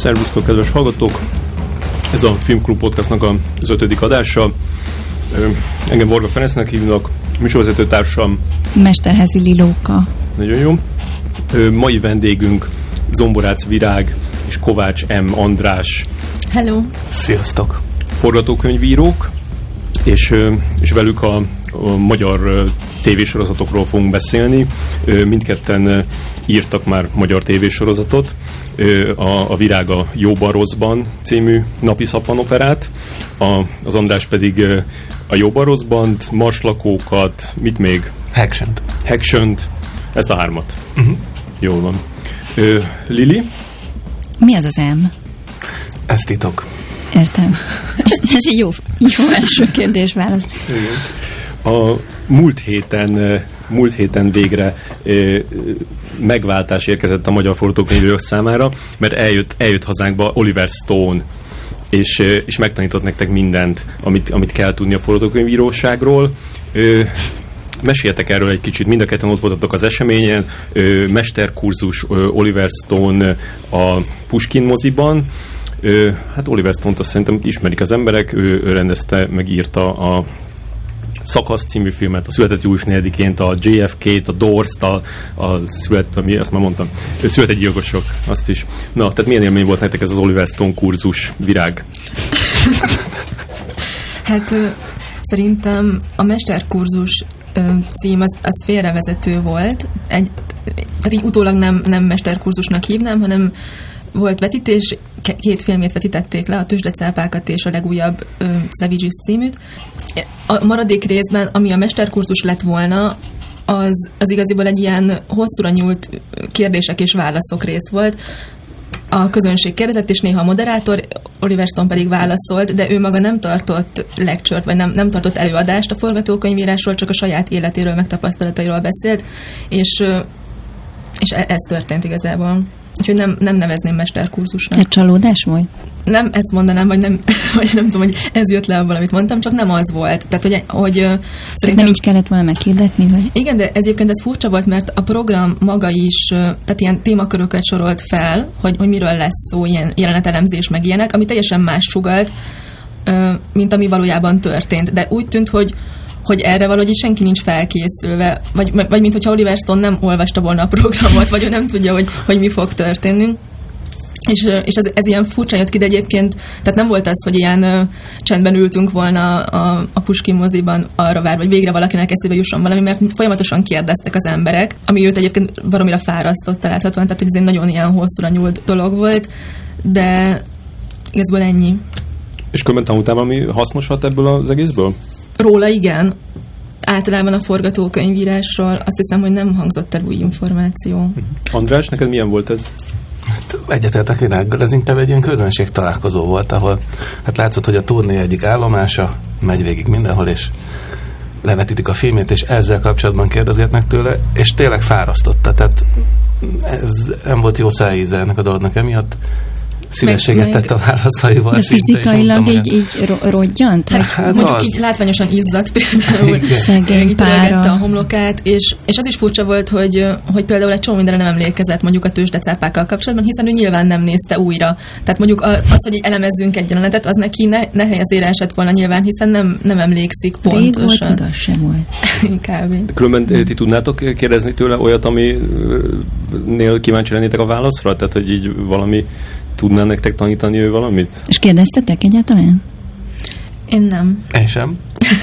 Szervusztok, kedves hallgatók! Ez a Filmklub Podcastnak az 5. adása. Engem Varga Ferencnek hívnak, műsorvezető társam Mesterházi Lilóka. Nagyon jó. Mai vendégünk Zomborác Virág és Kovács M. András. Hello! Sziasztok! Forgatókönyvírók, és velük a magyar tévésorozatokról fogunk beszélni. Mindketten írtak már magyar tévésorozatot. A Virág a Jóban Rosszban című napi szappanoperát, az András pedig a Jóban Rosszban, Marslakókat, mit még? Hacksönt, ezt a 3. Jól van. Lili? Mi az az M? Ez titok. Értem. Ez egy jó első kérdés-válasz. A múlt héten végre megváltás érkezett a magyar forgatókönyvírók számára, mert eljött hazánkba Oliver Stone, és megtanított nektek mindent, amit kell tudni a forgatókönyvíróságról. Meséltek erről egy kicsit, mind a ketten ott voltatok az eseményen, mesterkurzus Oliver Stone a Pushkin moziban. Hát Oliver Stone-t azt szerintem ismerik az emberek, ő rendezte, megírta a Szakasz című filmet, a Született július 4-én, a JFK-t, a Doors-t, azt már mondtam, Született gyilkosok, azt is. Na, tehát milyen élmény volt nektek ez az Oliver Stone kurzus, Virág? Hát szerintem a mesterkurzus cím az félrevezető volt. Tehát így utólag nem mesterkurzusnak hívnám, hanem volt vetítés, 2 filmét vetítették le, a Tüzsdecápákat és a legújabb Savages címűt. A maradék részben, ami a mesterkurzus lett volna, az igaziból egy ilyen hosszúra nyúlt kérdések és válaszok rész volt. A közönség kérdezett, és néha a moderátor, Oliver Stone pedig válaszolt, de ő maga nem tartott lecture-t, vagy nem tartott előadást a forgatókönyvírásról, csak a saját életéről, meg tapasztalatairól beszélt, és ez történt igazából. Úgyhogy nem nevezném mesterkurzusnak. Egy csalódás volt? Nem ezt mondanám, vagy nem tudom, hogy ez jött le abban, amit mondtam, csak nem az volt. Tehát, hogy szerintem nem így kellett volna meghirdetni? Vagy? Igen, de egyébként ez furcsa volt, mert a program maga is, tehát ilyen témaköröket sorolt fel, hogy miről lesz szó, ilyen jelenetelemzés, meg ilyenek, ami teljesen más sugalt, mint ami valójában történt. De úgy tűnt, hogy erre valahogy senki nincs felkészülve, vagy mint hogyha Oliver Stone nem olvasta volna a programot, vagy ő nem tudja, hogy mi fog történni. És ez ilyen furcsa jött ki, de egyébként, tehát nem volt az, hogy ilyen csendben ültünk volna a Pushkin moziban arra vár, vagy végre valakinek eszébe jusson valami, mert folyamatosan kérdeztek az emberek, ami őt egyébként baromira fárasztotta láthatóan, tehát hogy ez egy nagyon ilyen hosszúra nyúlt dolog volt, de igazából ennyi. És különben tanultál valami hasznosat ebből az egészből? Róla igen. Általában a forgatókönyvírásról azt hiszem, hogy nem hangzott el új információ. András, neked milyen volt ez? Hát egyetértek Virággal, ez inkább egy ilyen közönség találkozó volt, ahol hát látszott, hogy a turné egyik állomása megy végig mindenhol, és levetítik a filmét, és ezzel kapcsolatban kérdezgetnek tőle, és tényleg fárasztotta. Tehát ez nem volt jó szájíze ennek a dolognak emiatt. Szívességet tett a válaszaival. De fizikailag így rodgyant? Hát mondjuk így látványosan izzadt például. Szegény pára. A homlokát, és az is furcsa volt, hogy például egy csomó mindenre nem emlékezett mondjuk a Tüzsdecápákkal kapcsolatban, hiszen ő nyilván nem nézte újra. Tehát mondjuk az, hogy elemezzünk egy jelenetet, az neki nehéz azért esett volna nyilván, hiszen nem emlékszik pontosan. Rég volt, igaz sem volt. Kb. Különben ti tudnátok kérdezni tőle olyat, aminél kíváncsi lennétek a válaszra? Tehát, hogy így valami tudná nektek tanítani ő valamit? És kérdeztetek egyáltalán? Én nem. Én sem.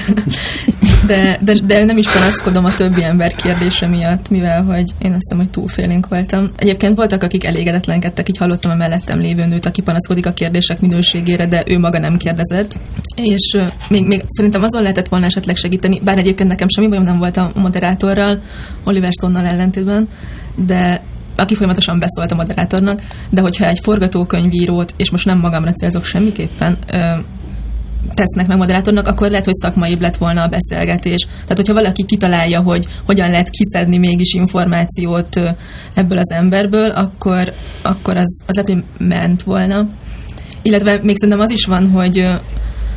De nem is panaszkodom a többi ember kérdése miatt, mivel hogy én azt hiszem, hogy túlfélénk voltam. Egyébként voltak, akik elégedetlenkedtek, így hallottam a mellettem lévő nőt, aki panaszkodik a kérdések minőségére, de ő maga nem kérdezett. És még szerintem azon lehetett volna esetleg segíteni, bár egyébként nekem semmi bajom nem volt a moderátorral, Oliver Stone-nal ellentétben, de aki folyamatosan beszólt a moderátornak, de hogyha egy forgatókönyvírót, és most nem magamra célzok semmiképpen, tesznek meg moderátornak, akkor lehet, hogy szakmaibb lett volna a beszélgetés. Tehát, hogyha valaki kitalálja, hogy hogyan lehet kiszedni mégis információt ebből az emberből, akkor az lehet, hogy ment volna. Illetve még szerintem az is van,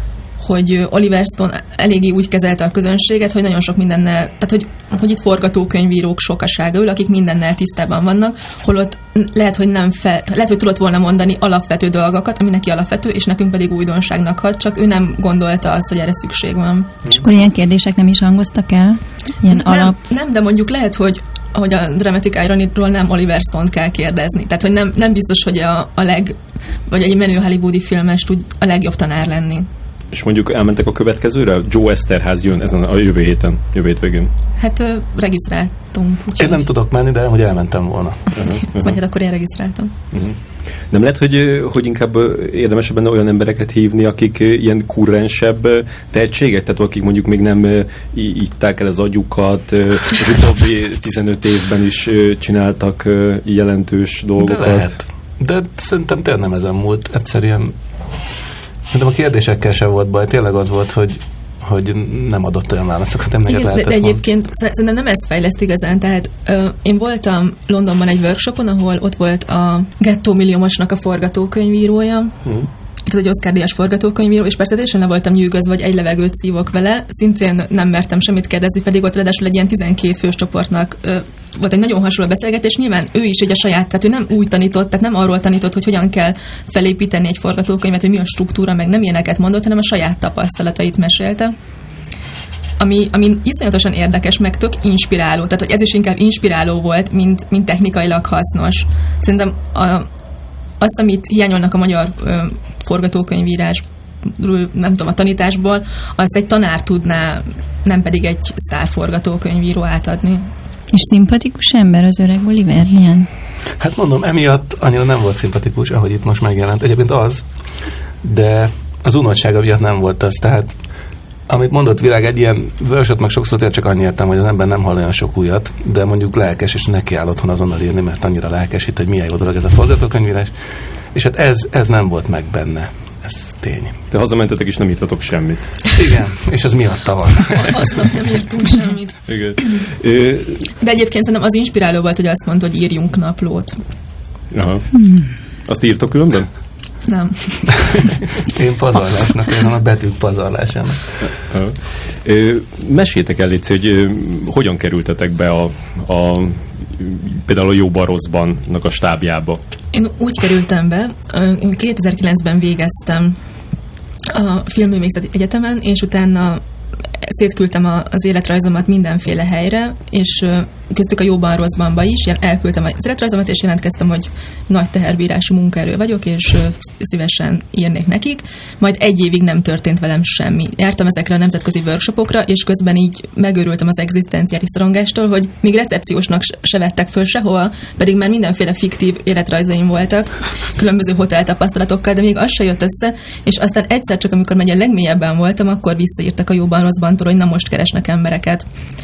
hogy Oliver Stone eléggé úgy kezelte a közönséget, hogy nagyon sok mindennel, tehát hogy itt forgatókönyvírók sokasága ül, akik mindennel tisztában vannak, holott lehet, hogy tudott volna mondani alapvető dolgokat, ami neki alapvető, és nekünk pedig újdonságnak hat, csak ő nem gondolta azt, hogy erre szükség van. És akkor ilyen kérdések nem is hangoztak el? Ilyen Nem, de mondjuk lehet, hogy a Dramatic Irony-ról nem Oliver Stone-t kell kérdezni. Tehát, hogy nem biztos, hogy vagy egy menő hollywoodi filmes tud a legjobb tanár lenni. És mondjuk elmentek a következőre? Joe Eszterház jön ezen a jövő hét végén. Hát regisztráltunk. Én nem tudok menni, de hogy elmentem volna. Vagy hát akkor én regisztráltam. Nem lehet, hogy inkább érdemesebb benne olyan embereket hívni, akik ilyen kurrensebb tehetségek, tehát akik mondjuk még nem itták el az agyukat, az utóbbi 15 évben is csináltak jelentős dolgokat. De lehet. De szerintem tényleg nem ezen múlt. Egyszerűen szerintem a kérdésekkel sem volt baj. Tényleg az volt, hogy nem adott olyan válaszokat, amelyeket lehetett. De egyébként szerintem nem ez fejleszt igazán. Tehát én voltam Londonban egy workshopon, ahol ott volt a Gettó Milliómosnak a forgatókönyvírója, tehát egy Oscar-díjas forgatókönyvíró, és persze teljesen le voltam nyűgözve, vagy egy levegőt szívok vele, szintén nem mertem semmit kérdezni, pedig ott ráadásul egy ilyen 12 fős csoportnak volt egy nagyon hasonló beszélgetés, nyilván ő is egy a saját, tehát ő nem úgy tanított, tehát nem arról tanított, hogy hogyan kell felépíteni egy forgatókönyvet, hogy mi a struktúra, meg nem ilyeneket mondott, hanem a saját tapasztalatait mesélte. Ami iszonyatosan érdekes, meg tök inspiráló, tehát hogy ez is inkább inspiráló volt, mint technikailag hasznos. Szerintem azt, amit hiányolnak a magyar forgatókönyvírás, nem tudom, a tanításból, azt egy tanár tudná, nem pedig egy sztárforgatókönyvíró átadni. És szimpatikus ember az öreg Oliver? Milyen? Hát mondom, emiatt annyira nem volt szimpatikus, ahogy itt most megjelent. Egyébként az, de az unaltsága miatt nem volt az. Tehát, amit mondott Virág, egy ilyen workshop, meg sokszor csak annyi értem, hogy az ember nem hall olyan sok újat, de mondjuk lelkes, és neki áll otthon azonnal írni, mert annyira lelkesít, hogy milyen jó dolog ez a forgatókönyvírás. És hát ez nem volt meg benne. Ez tény. Te hazamentetek és nem írtatok semmit. Igen, és az miatta van. Aznap nem írtunk semmit. Igen. De egyébként szerintem az inspiráló volt, hogy azt mondta, hogy írjunk naplót. Aha. Azt írtok különben? Nem. Én pazarlásnak érzem, a betűk pazarlásának. Meséltek el, Léci, hogy hogyan kerültetek be például a Jóban Rosszbannak a stábjába? Én úgy kerültem be, 2009-ben végeztem a Filmművészeti Egyetemen, és utána szétküldtem az életrajzomat mindenféle helyre, és köztük a Jóban Rosszbanba is elküldtem az életrajzomat, és jelentkeztem, hogy nagy teherbírású munkaerő vagyok, és szívesen írnék nekik. Majd egy évig nem történt velem semmi. Jártam ezekre a nemzetközi workshopokra, és közben így megőrültem az egzisztenciális szorongástól, hogy még recepciósnak se vettek föl sehova, pedig már mindenféle fiktív életrajzaim voltak, különböző hoteltapasztalatokkal, de még az se jött össze, és aztán egyszer csak, amikor megy a legmélyebben voltam, akkor visszaírtak a Jóban Rosszbantól, hogy na most keresnek embereket.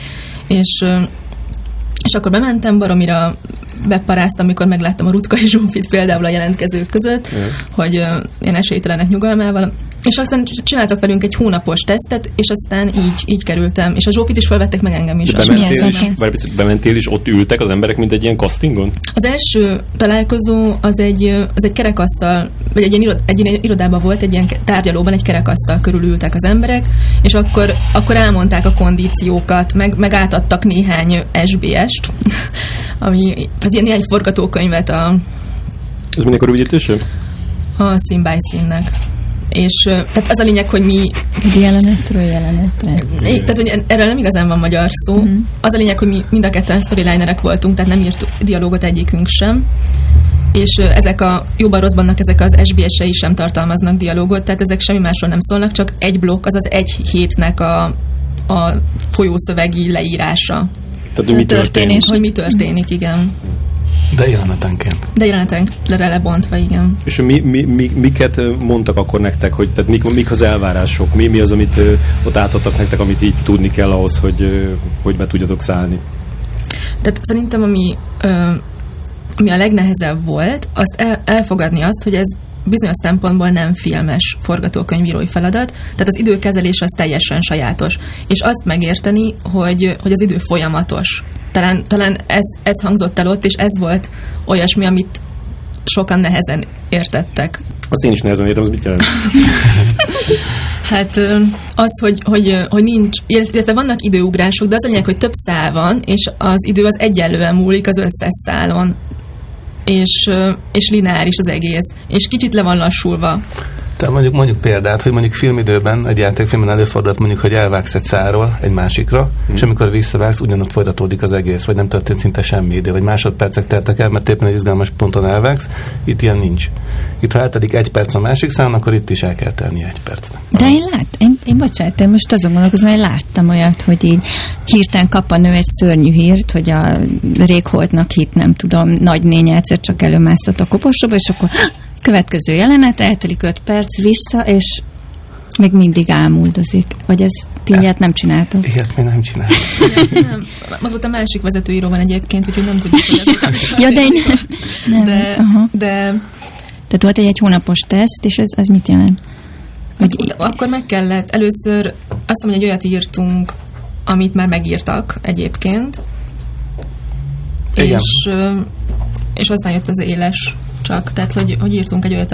És akkor bementem, baromira beparáztam, amikor megláttam a Rutkai Zsófit például a jelentkezők között, hogy én esélytelenek nyugalmával. És aztán csináltak velünk egy hónapos tesztet, és aztán így kerültem. És a Zsófit is felvettek, meg engem is. Bementél is, ott ültek az emberek, mint egy ilyen castingon? Az első találkozó az egy kerekasztal, vagy egy ilyen irodában volt, egy ilyen tárgyalóban egy kerekasztal körül ültek az emberek, és akkor elmondták a kondíciókat, meg átadtak néhány SBS-t, tehát ilyen néhány forgatókönyvet Ez mindenkor rövidítése? A Scene by Scene-nek. És tehát az a lényeg, hogy mi... Jelenetről jelenetre. Tehát, hogy erről nem igazán van magyar szó. Az a lényeg, hogy mi mind a ketten storylinerek voltunk, tehát nem írt dialógot egyikünk sem. És ezek a Jóban Rosszbannak ezek az SBS-ei sem tartalmaznak dialógot, tehát ezek semmi másról nem szólnak, csak egy blokk, azaz egy hétnek a folyószövegi leírása. Tehát, hogy mi történik. Hogy mi történik, igen. De jelenetenként. De jelenetenkre lebontva, igen. És miket mondtak akkor nektek, hogy tehát mik az elvárások, mi az, amit ott átadtak nektek, amit így tudni kell ahhoz, hogy be tudjatok szállni? Tehát szerintem, ami a legnehezebb volt, azt elfogadni azt, hogy ez bizonyos szempontból nem filmes forgatókönyvírói feladat, tehát az időkezelés az teljesen sajátos. És azt megérteni, hogy az idő folyamatos. Talán ez hangzott el ott, és ez volt olyasmi, amit sokan nehezen értettek. Azt én is nehezen értem, az mit jelent? Hát az, hogy nincs, illetve vannak időugrások, de az a lényeg, hogy több szál van, és az idő az egyenlően múlik az összes szálon. És lineáris az egész. És kicsit le van lassulva. Tehát mondjuk példát, hogy mondjuk filmidőben, egy játékfilmen előfordult mondjuk, hogy elvágsz egy szálról egy másikra, és amikor visszavágsz, ugyanott folytatódik az egész, vagy nem történt szinte semmi idő, vagy másodpercek teltek el, mert éppen egy izgalmas ponton elvágsz, itt ilyen nincs. Itt ha eltelik 1 perc a másik szálon, akkor itt is el kell tenni 1 percnek. De én bocsánat, most azon gondolkozom, hogy láttam olyat, hogy így hirtelen kap a nő egy szörnyű hírt, hogy a régholtnak hit, nem tudom, nagynénye egyszer csak előmászott a koporsóba, és akkor következő jelenet, eltelik 5 perc vissza, és még mindig ámuldozik. Vagy ilyet nem csináltok? Ilyet még nem csináltok. Nem. Az volt a másik vezetőíró van egyébként, úgyhogy nem tudjuk, hogy ez volt. Ja, de én nem. De tehát volt egy hónapos teszt, és ez mit jelent? Hogy akkor meg kellett. Először azt hiszem, hogy egy olyat írtunk, amit már megírtak egyébként. És aztán jött az éles csak. Tehát, hogy írtunk egy olyat,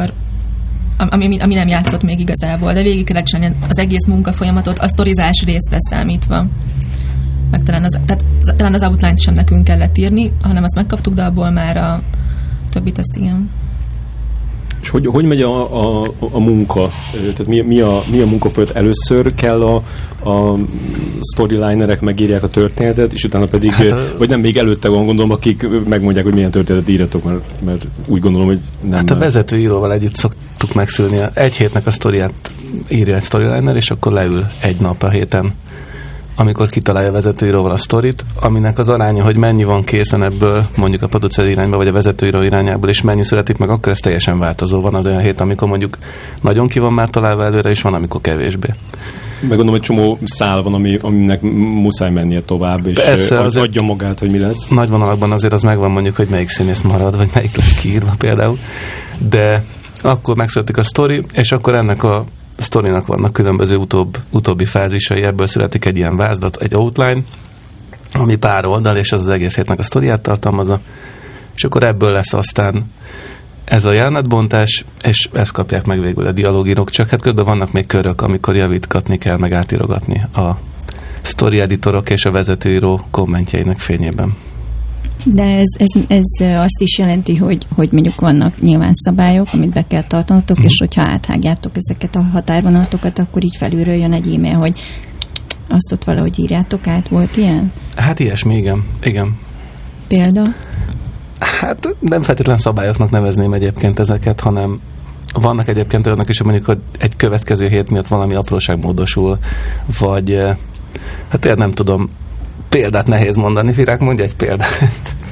ami nem játszott még igazából, de végig kellett csinálni az egész munkafolyamatot, a sztorizás részt leszámítva. Meg talán az outline-t sem nekünk kellett írni, hanem azt megkaptuk, de abból már a többit ezt igen. És hogy megy a munka? Tehát mi a munkafolyamat? Először kell a storylinerek megírják a történetet, és utána pedig, vagy nem, még előtte van, gondolom, akik megmondják, hogy milyen történetet írjatok, mert úgy gondolom, hogy nem. Hát a vezetőíróval együtt szoktuk megszülni. Egy hétnek a sztoriát írja egy storyliner, és akkor leül egy nap a héten, amikor kitalálja a vezetőíróval a sztorit, aminek az aránya, hogy mennyi van készen ebből, mondjuk a producer irányba, vagy a vezetőíró irányából, és mennyi születik meg, akkor ez teljesen változó. Van az olyan hét, amikor mondjuk nagyon ki van már találva előre, és van, amikor kevésbé. Meg gondolom, hogy csomó szál van, aminek muszáj mennie tovább, és persze, adja magát, hogy mi lesz. Nagy vonalakban azért az megvan mondjuk, hogy melyik színész marad, vagy melyik lesz kiírva például. De akkor megszületik a sztori, és akkor ennek a sztorinak vannak különböző utóbbi fázisai, ebből születik egy ilyen vázlat, egy outline, ami pár oldal, és az egész hétnek a sztoriát tartalmazza, és akkor ebből lesz aztán ez a jelenetbontás, és ezt kapják meg végül a dialógírók, csak hát közben vannak még körök, amikor javítgatni kell, meg átírogatni a sztori editorok és a vezetőíró kommentjeinek fényében. De ez azt is jelenti, hogy mondjuk vannak nyilván szabályok, amit be kell tartanotok, és hogyha áthágjátok ezeket a határvonatokat, akkor így felülről jön egy e-mail, hogy azt ott valahogy írjátok át. Volt ilyen? Hát ilyesmi, igen. Példa? Hát nem feltétlen szabályoknak nevezném egyébként ezeket, hanem vannak egyébként olyanok is, mondjuk, hogy egy következő hét miatt valami apróság módosul, vagy hát én nem tudom, példát nehéz mondani. Firák, mondj egy példát.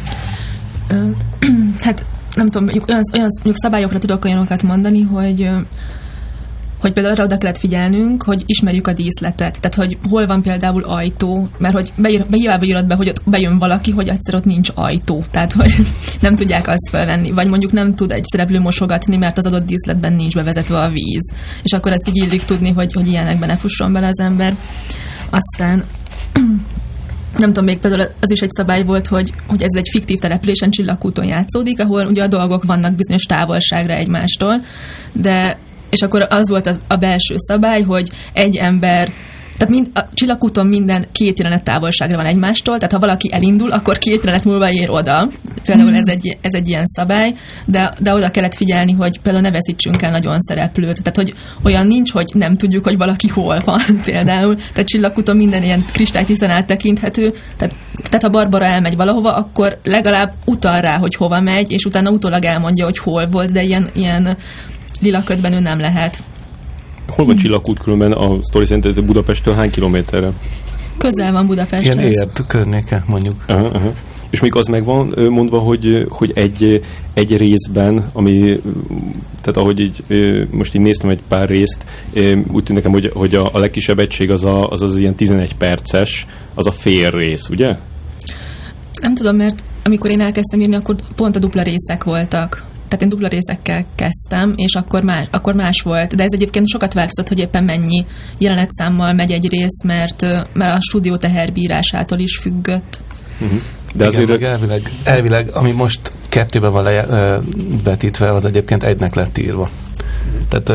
Hát nem tudom, olyan szabályokra tudok olyanokat mondani, hogy például arra oda kellett figyelnünk, hogy ismerjük a díszletet. Tehát, hogy hol van például ajtó, mert hogy hiába írod be, hogy ott bejön valaki, hogy egyszer ott nincs ajtó. Tehát, hogy nem tudják azt felvenni. Vagy mondjuk nem tud egy szereplő mosogatni, mert az adott díszletben nincs bevezetve a víz. És akkor ezt így illik tudni, hogy ilyenekben ne fusson bele az ember. Aztán nem tudom, még például az is egy szabály volt, hogy ez egy fiktív településen, Csillagkúton játszódik, ahol ugye a dolgok vannak bizonyos távolságra egymástól, és akkor az volt a belső szabály, hogy egy ember, tehát a Csillagkúton minden 2 jelenet távolságra van egymástól, tehát ha valaki elindul, akkor 2 jelenet múlva ér oda. Például ez egy ilyen szabály, de oda kellett figyelni, hogy például ne veszítsünk el nagyon szereplőt. Tehát, hogy olyan nincs, hogy nem tudjuk, hogy valaki hol van például. Tehát Csillagkúton minden ilyen kristálytisztán áttekinthető. Tehát ha Barbara elmegy valahova, akkor legalább utal rá, hogy hova megy, és utána utólag elmondja, hogy hol volt, de ilyen lila ködben ő nem lehet. Hol van Csillagkút különben a sztori szerint Budapesttől hány kilométerre? Közel van Budapesthez. Ilyen Ért környéke, mondjuk. Aha. És még az meg van mondva, hogy egy részben, tehát ahogy így, most így néztem egy pár részt, úgy tűnik nekem, hogy a legkisebb egység az ilyen 11 perces, az a fél rész, ugye? Nem tudom, mert amikor én elkezdtem írni, akkor pont a dupla részek voltak. Tehát én dupla részekkel kezdtem, és akkor más volt. De ez egyébként sokat változott, hogy éppen mennyi jelenetszámmal megy egy rész, mert a stúdió teherbírásától is függött. Uh-huh. De azért elvileg, ami most 2-ben van vetítve, az egyébként 1-nek lett írva. Tehát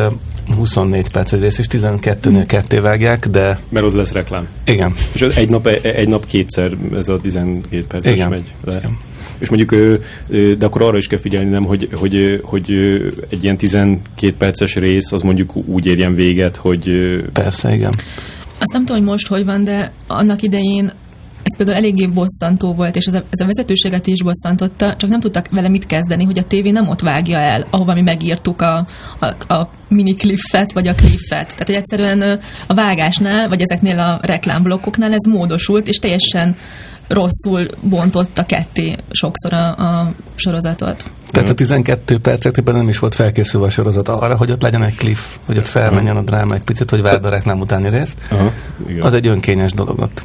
24 perc egy rész, és 12-nél ketté vágják, de... Mert oda lesz reklám. Igen. És egy nap kétszer ez a 12 perces igen. megy le. Igen. És mondjuk, de akkor arra is kell figyelni, nem, hogy egy ilyen 12 perces rész, az mondjuk úgy érjen véget, hogy... Persze, igen. Azt nem tudom, hogy most hogy van, de annak idején ez például eléggé bosszantó volt, és ez a vezetőséget is bosszantotta, csak nem tudtak vele mit kezdeni, hogy a tévé nem ott vágja el, ahova mi megírtuk a mini cliffet, vagy a cliffet. Tehát, hogy egyszerűen a vágásnál, vagy ezeknél a reklámblokkoknál ez módosult, és teljesen rosszul bontotta ketté sokszor a sorozatot. Tehát a 12 percekben nem is volt felkészülve a sorozat arra, hogy ott legyen egy cliff, hogy ott felmenjen a dráma egy picit, hogy várd a reklám utáni részt. Az egy önkényes dolog ott.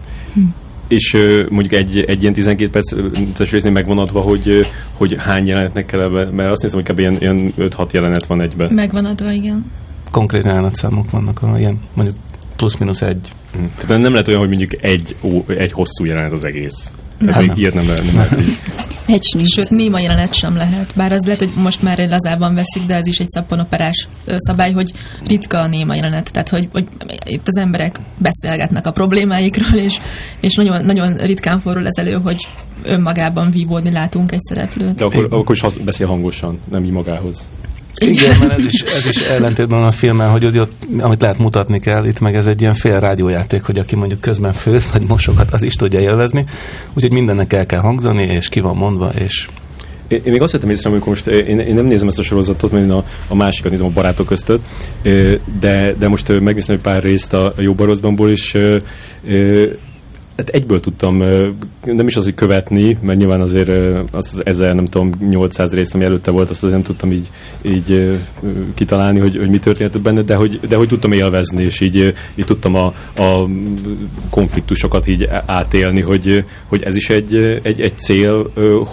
És mondjuk egy ilyen 12 perces résznél megvonatva, hogy hány jelenetnek kell ebbe, mert azt hiszem, hogy kb. Ilyen 5-6 jelenet van egyben. Megvonatva, igen. Konkrét jelenetszámok vannak, ilyen mondjuk plusz-minusz 1. Tehát nem lehet olyan, hogy mondjuk egy hosszú jelenet az egész. Tehát még ilyet nem lehet így. Sőt, néma jelenet sem lehet. Bár az lehet, hogy most már lazában veszik, de ez is egy szappanoperás szabály, hogy ritka a néma jelenet. Tehát, hogy itt az emberek beszélgetnek a problémáikról, és nagyon, nagyon ritkán fordul ez elő, hogy önmagában vívódni látunk egy szereplőt. De akkor is beszél hangosan, nem így magához. Igen, mert ez is ellentétben van a filmmel, hogy ott, amit lehet mutatni kell, itt meg ez egy ilyen fél rádiójáték, hogy aki mondjuk közben főz, vagy mosogat, az is tudja élvezni. Úgyhogy mindennek el kell hangzani, és ki van mondva, és... Én még azt vettem észre, amikor most én nem nézem ezt a sorozatot, mert én a másikat nézem a Barátok között, de most megnéztem egy pár részt a Jóban Rosszbanból, és hát egyből tudtam, nem is az, hogy követni, mert nyilván azért azt az 800 részt, ami előtte volt, azt azért nem tudtam így kitalálni, hogy mi történt benne, de hogy tudtam élvezni, és így tudtam a konfliktusokat így átélni, hogy ez is egy cél,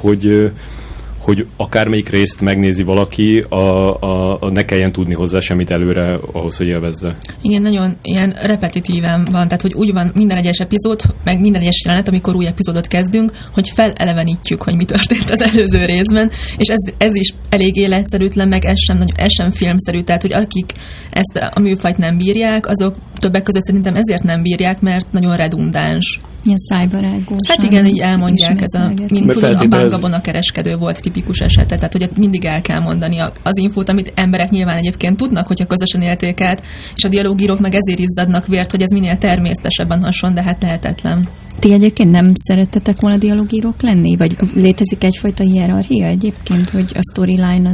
hogy akármelyik részt megnézi valaki, ne kelljen tudni hozzá semmit előre ahhoz, hogy élvezze. Igen, nagyon ilyen repetitíven van, tehát hogy úgy van minden egyes epizód, meg minden egyes jelenet, amikor új epizódot kezdünk, hogy felelevenítjük, hogy mi történt az előző részben, és ez is elég életszerűtlen, meg ez sem filmszerű, tehát hogy akik ezt a műfajt nem bírják, azok többek között szerintem ezért nem bírják, mert nagyon redundáns. Ilyen szájbarágós. Hát igen, így elmondják, mint tudod, a Bangabon kereskedő volt tipikus esete, tehát hogy mindig el kell mondani az infót, amit emberek nyilván egyébként tudnak, hogyha közösen élték át, és a dialógírók meg ezért izzadnak vért, hogy ez minél természetesebben hasonl, de hát lehetetlen. Ti egyébként nem szerettetek volna dialógírók lenni? Vagy létezik egyfajta hierarchia egyébként, hogy a storyline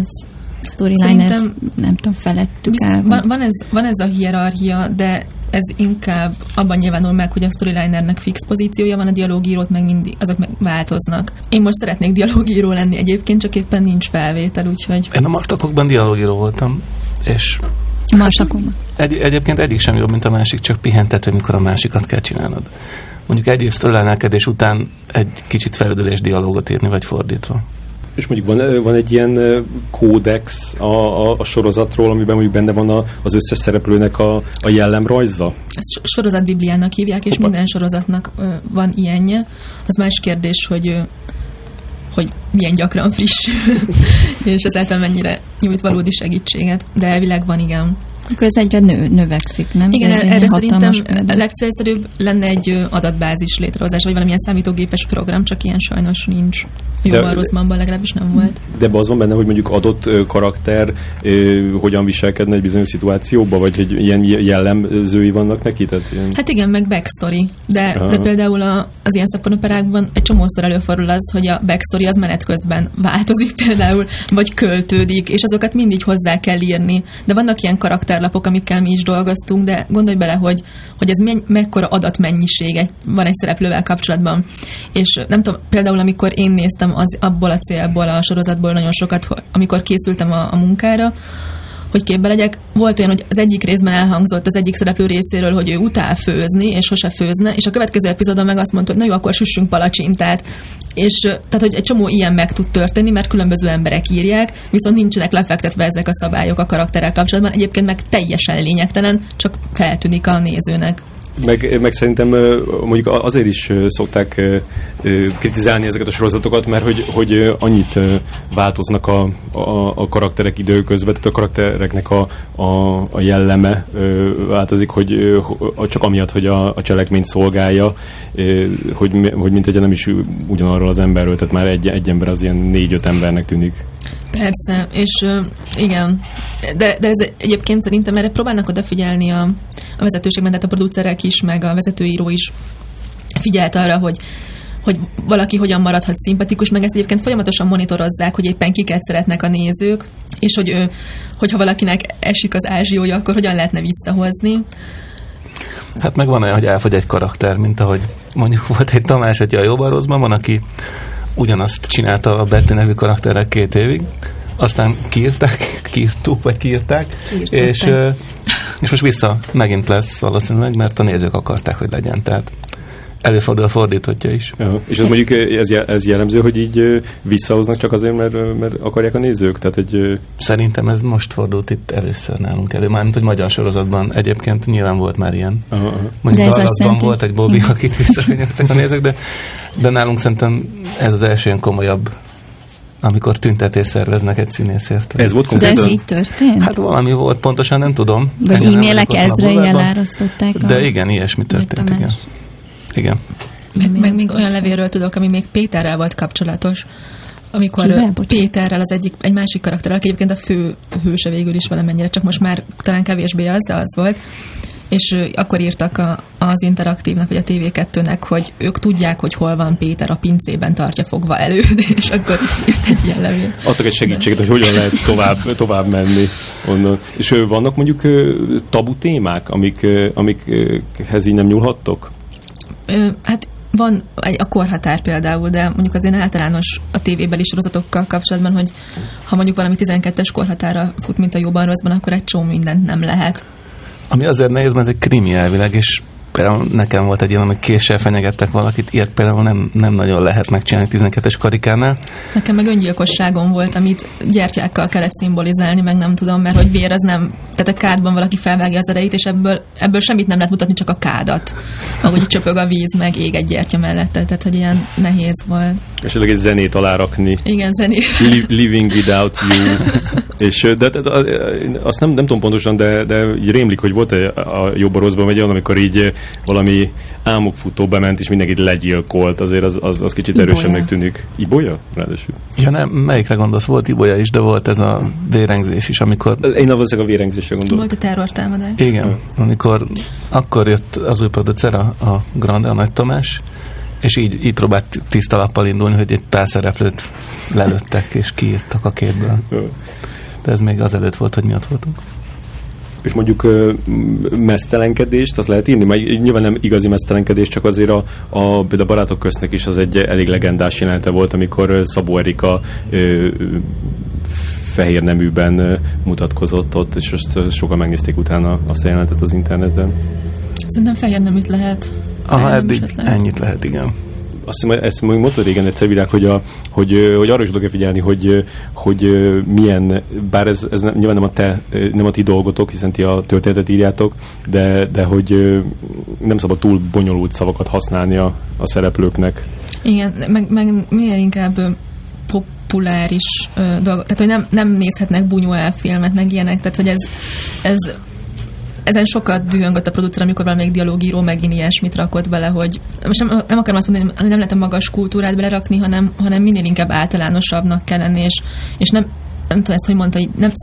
nem tudom, felettük áll? Van ez a hierarchia, de ez inkább abban nyilvánul meg, hogy a storylinernek fix pozíciója van, a dialógírót meg mindig, azok meg változnak. Én most szeretnék dialógíró lenni egyébként, csak éppen nincs felvétel, úgyhogy... Én a Marstakokban dialógíró voltam, és... Marstakokban? Egyébként egyik sem jobb, mint a másik, csak pihentető, mikor a másikat kell csinálnod. Mondjuk egy év storylinerkedés után egy kicsit felüdülés dialógot írni, vagy fordítva. És mondjuk van egy ilyen kódex a sorozatról, amiben mondjuk benne van az összes szereplőnek a jellemrajza? Ezt sorozatbibliának hívják, és minden sorozatnak van ilyenje. Az más kérdés, hogy milyen gyakran friss, és ezáltal mennyire nyújt valódi segítséget. De elvileg van, igen. Akkor ez egyre növekszik, nem? Igen, erre szerintem legcélszerűbb lenne egy adatbázis létrehozás, vagy valamilyen számítógépes program, csak ilyen sajnos nincs. Jóban Rosszbanban legalábbis nem volt. De az van benne, hogy mondjuk adott karakter hogyan viselkedne egy bizonyos szituációban, vagy hogy ilyen jellemzői vannak neki? Tehát ilyen... Hát igen, meg backstory. De például az ilyen szappanoperákban egy csomószor előfordul az, hogy a backstory az menet közben változik például, vagy költődik, és azokat mindig hozzá kell írni. De vannak ilyen karakterlapok, amikkel mi is dolgoztunk, de gondolj bele, hogy ez mekkora adatmennyiség van egy szereplővel kapcsolatban. És nem tudom, például amikor én néztem abból a célból, a sorozatból nagyon sokat, amikor készültem a munkára, hogy képbe legyek. Volt olyan, hogy az egyik részben elhangzott az egyik szereplő részéről, hogy ő utál főzni, és sose főzne, és a következő epizódon meg azt mondta, hogy na jó, akkor süssünk palacsintát. És tehát, hogy egy csomó ilyen meg tud történni, mert különböző emberek írják, viszont nincsenek lefektetve ezek a szabályok a karakterrel kapcsolatban. Egyébként meg teljesen lényegtelen, csak feltűnik a nézőnek. Meg szerintem mondjuk azért is szokták kritizálni ezeket a sorozatokat, mert hogy annyit változnak a karakterek időközben, tehát a karaktereknek a jelleme változik, hogy csak amiatt, hogy a cselekményt szolgálja, hogy mint egy nem is ugyanarról az emberről, tehát már egy ember az ilyen 4-5 embernek tűnik. Persze, és igen, de ez egyébként szerintem erre próbálnak odafigyelni a vezetőségben, tehát a producerek is, meg a vezetőíró is figyelt arra, hogy valaki hogyan maradhat szimpatikus, meg ezt egyébként folyamatosan monitorozzák, hogy éppen kiket szeretnek a nézők, és hogyha valakinek esik az ázsiója, akkor hogyan lehetne visszahozni. Hát meg van olyan, hogy elfogy egy karakter, mint ahogy mondjuk volt egy Tamás egy a Jóban Rosszban, van, aki ugyanazt csinálta a Betty nevű karakterrel 2 évig, aztán kiírták, és most vissza megint lesz valószínűleg, mert a nézők akarták, hogy legyen, tehát előfordul a fordítottja is. Ja, és ez mondjuk ez jellemző, hogy így visszahoznak csak azért, mert akarják a nézők? Tehát, hogy szerintem ez most fordult itt először nálunk elő, mármint, hogy magyar sorozatban egyébként nyilván volt már ilyen. Mondjuk Dallasban volt egy Bobby, akit visszahoznak a nézők, de nálunk szerintem ez az első ilyen komolyabb, amikor tüntetést szerveznek egy színészért. Ez volt konkrétan? De ez így történt? Hát valami volt, pontosan nem tudom. Vagy e-mailek ezreivel árasztották? De igen, ilyesmi történt, igen. Meg még olyan levélről tudok, ami még Péterrel volt kapcsolatos, amikor Péterrel egy másik karakterrel, aki egyébként a fő hőse végül is valamennyire, csak most már talán kevésbé az, de az volt, és akkor írtak az Interaktívnak, vagy a TV2-nek, hogy ők tudják, hogy hol van Péter, a pincében tartja fogva előd, és akkor jött egy ilyen levél. Adtak egy segítséget, hogy hogyan lehet tovább menni onnan. És vannak mondjuk tabu témák, amikhez így nem nyúlhattok? Hát van a korhatár például, de mondjuk az ilyen általános a tévébeli sorozatokkal kapcsolatban, hogy ha mondjuk valami 12-es korhatára fut, mint a Jóban Rosszban, akkor egy csomó mindent nem lehet. Ami azért nehéz, mert ez egy krimi elvileg, és például nekem volt egy ilyen, hogy késsel fenyegettek valakit, ilyet például nem nagyon lehet megcsinálni 12-es karikánál. Nekem meg öngyilkosságom volt, amit gyertyákkal kellett szimbolizálni, meg nem tudom, mert hogy vér az nem, tehát a kádban valaki felvágja az erejét, és ebből semmit nem lehet mutatni, csak a kádat. Ahogy csöpög a víz, meg ég egy gyertya mellette, tehát hogy ilyen nehéz volt. És egy zenét alárakni. Igen, zenét. Living without you. És de azt nem tudom pontosan, de így rémlik, hogy volt a Jóban Rosszban egy olyan, amikor így valami álmokfutó bement, és mindenkit legyilkolt, azért az kicsit erősebbnek tűnik. Ibolya? Ráadásul. Ja nem, melyikre gondolsz? Volt Ibolya is, de volt ez a vérengzés is, amikor... Én valószínűleg a vérengzésre gondolom. Volt a terrortámadás. Igen, amikor akkor jött az új producer, a Grande, a Nagy Tamás, és így próbált tiszta lappal indulni, hogy egy pár szereplőt lelőttek, és kiírtak a képből. De ez még azelőtt volt, hogy mi ott voltunk. És mondjuk meztelenkedést, azt lehet írni? Mert nyilván nem igazi meztelenkedés, csak azért például a Barátok köztnek is az egy elég legendás jelenete volt, amikor Szabó Erika fehér neműben mutatkozott ott, és azt sokan megnézték utána azt a jelenetet az interneten. Szerintem fehér neműt lehet. Aha, eddig ennyit lehet, igen. Azt hiszem, ezt mondta régen egyszer Virág, hogy arra is oda kell figyelni, hogy milyen, bár ez nyilván nem a ti dolgotok, hiszen ti a történetet írjátok, de hogy nem szabad túl bonyolult szavakat használni a szereplőknek. Igen, meg minél inkább populáris dolgok, tehát hogy nem nézhetnek Buñuel filmet, meg ilyenek, tehát hogy ez ezen sokat dühöngött a producer, amikor valamelyik dialógíró megint ilyesmit rakott bele, hogy most nem akarom azt mondani, hogy nem lehet a magas kultúrát belerakni, hanem minél inkább általánosabbnak kell lenni, és nem tudom ezt, hogy mondta,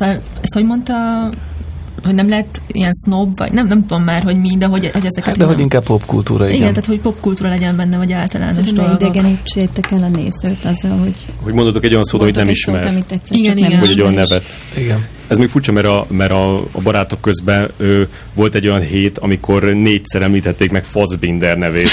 hogy nem lehet ilyen snob, vagy nem tudom már, hogy mi, de hogy ezeket... Hát, de hogy inkább popkultúra, igen. Igen, tehát hogy popkultúra legyen benne, vagy általános dolgok. Ne idegenítsétek el a nézőt azzal, hogy... Hogy mondodok egy olyan szót, amit nem ismer. Igen. Vagy egy olyan nevet. Igen. Ez még furcsa, mert a Barátok közben volt egy olyan hét, amikor 4-szer említették meg Fassbinder nevét.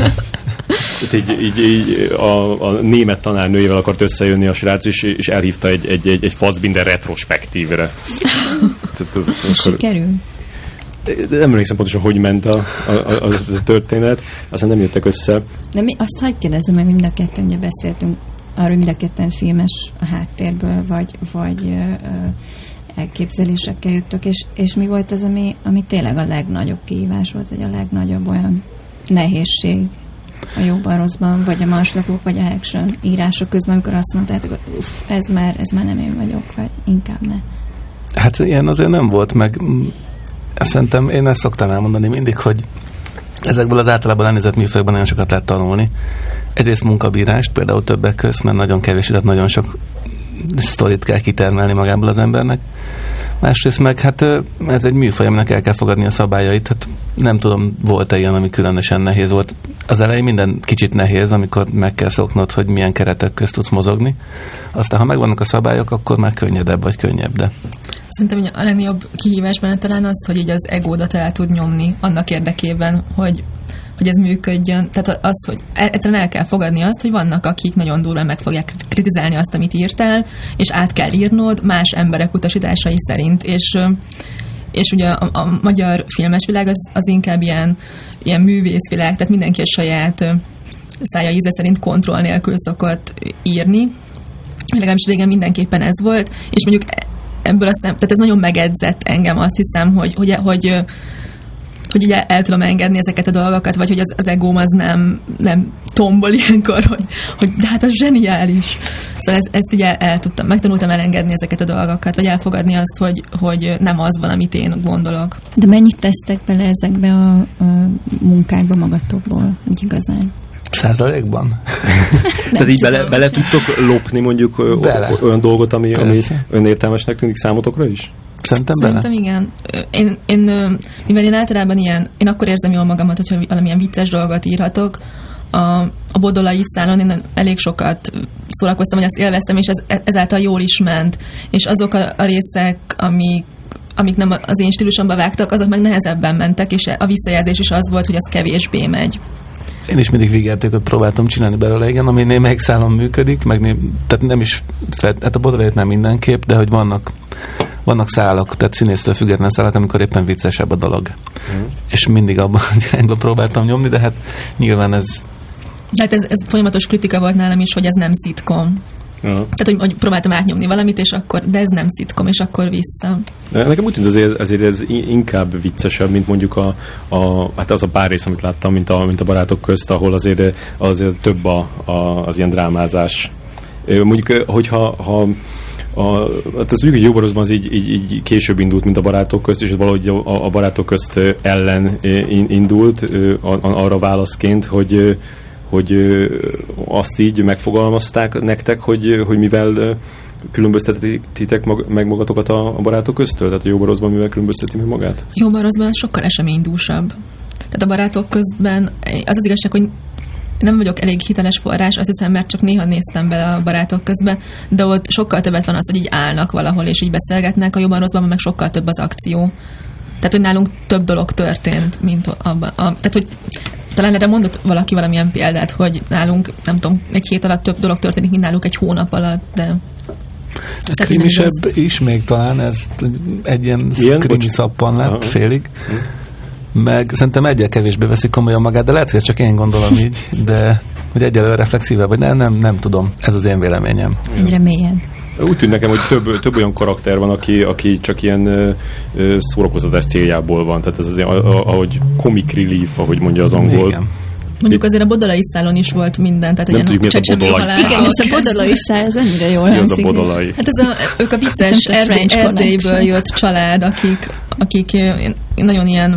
Így a német tanárnőjével akart összejönni a srác, és elhívta egy Fassbinder retrospektívre. Sikerül? Nem emlékszem pontosan, hogy ment a történet, aztán nem jöttek össze. De mi azt hagyj kérdezzem meg, mind a ketten ugye beszéltünk arról, mind a ketten filmes a háttérből, vagy elképzelésekkel jöttök, és mi volt az, ami tényleg a legnagyobb kihívás volt, vagy a legnagyobb olyan nehézség a Jóban Rosszban, vagy a Marslakók, vagy a action írások közben, amikor azt mondtátok, hogy ez már nem én vagyok, vagy inkább ne. Hát ilyen azért nem volt, meg szerintem én ezt szoktam elmondani mindig, hogy ezekből az általában elnézett műfajokban nagyon sokat lehet tanulni. Egyrészt munkabírást, például többek közt, mert nagyon kevés, illetve nagyon sok sztorit kell kitermelni magából az embernek. Másrészt meg hát ez egy műfaj, aminek el kell fogadni a szabályait. Hát nem tudom, volt-e ilyen, ami különösen nehéz volt. Az elején minden kicsit nehéz, amikor meg kell szoknod, hogy milyen keretek közt tudsz mozogni. Aztán, ha megvannak a szabályok, akkor már könnyedebb vagy könnyebb, de... Szerintem hogy a legnagyobb kihívás benne talán az, hogy így az egódat el tud nyomni annak érdekében, hogy ez működjön. Tehát az, hogy egyszerűen el kell fogadni azt, hogy vannak, akik nagyon durván meg fogják kritizálni azt, amit írtál, és át kell írnod más emberek utasításai szerint. És ugye a magyar filmes világ az inkább ilyen művészvilág, tehát mindenki a saját szája íze szerint kontroll nélkül szokott írni. Legalábbis régen mindenképpen ez volt, és mondjuk ebből tehát ez nagyon megedzett engem, azt hiszem, hogy ugye el tudom engedni ezeket a dolgokat, vagy hogy az egóm az nem tombol ilyenkor, hogy de hát az zseniális. Szóval ezt így megtanultam elengedni ezeket a dolgokat, vagy elfogadni azt, hogy nem az van, amit én gondolok. De mennyit tesztek bele ezekbe a munkákba magatokból, úgy igazán? 100%-ban? Tehát így bele tudtok lopni mondjuk olyan dolgot, ami önértelmesnek tűnik számotokra is? Szerintem igen. Én mivel én általában én akkor érzem jól magamat, hogyha valamilyen vicces dolgot írhatok. A Bodolai szálon én elég sokat szórakoztam, hogy ezt élveztem, és ezáltal jól is ment. És azok a részek, amik nem az én stílusomba vágtak, azok meg nehezebben mentek, és a visszajelzés is az volt, hogy az kevésbé megy. Én is mindig vígjátékot próbáltam csinálni belőle, igen, ami némelyik szálon működik, tehát nem is hát a Bodolait nem mindenképp, de hogy vannak szálak, tehát színésztől független szálak, amikor éppen viccesebb a dolog. És mindig abban az irányba próbáltam nyomni, de hát nyilván ez... De hát ez folyamatos kritika volt nálam is, hogy ez nem szitkom. Tehát, hogy próbáltam átnyomni valamit, de ez nem szitkom, és akkor vissza. Nekem úgy tűnt, ezért ez inkább viccesebb, mint mondjuk hát az a pár rész, amit láttam, mint a Barátok közt, ahol azért több az ilyen drámázás. Mondjuk, hogyha hát ez mondjuk, hogy Jóban Rosszban az így később indult, mint a Barátok közt, és valahogy a Barátok közt ellen indult arra válaszként, hogy azt így megfogalmazták nektek, hogy mivel különböztetitek meg magatokat a Barátok köztől? Tehát a Jóban Rosszban mivel különbözteti meg magát? Jóban Rosszban sokkal eseménydúsabb. Tehát a Barátok közben az igazság, hogy nem vagyok elég hiteles forrás, azt hiszem, mert csak néha néztem bele a Barátok közbe, de ott sokkal többet van az, hogy így állnak valahol és így beszélgetnek, a Jóban Rosszban meg sokkal több az akció. Tehát, hogy nálunk több dolog történt, mint abban. Tehát, hogy talán erre mondott valaki valamilyen példát, hogy nálunk, nem tudom, egy hét alatt több dolog történik, mint náluk egy hónap alatt, de... Krimisebb is még talán, ez egy ilyen krimi szappan lett félig. Meg szerintem egyel kevésbé veszik komolyan magát, de lehet, hogy csak én gondolom így, de hogy egyelőre reflexívebb, vagy nem tudom, ez az én véleményem. Egyre mélyen. Úgy tűnt nekem, hogy több olyan karakter van, aki csak ilyen szórakoztatás céljából van. Tehát ez azért, ahogy comic relief, ahogy mondja az angol. Igen. Mondjuk azért a Bodolai szálon is volt minden, tehát nem tudjuk, csecsemő halál. Igen, ez a Bodolai szál, ez annyira jól hangzik. Az a Bodolai? Hát ők a vicces Erdélyből jött család, akik nagyon ilyen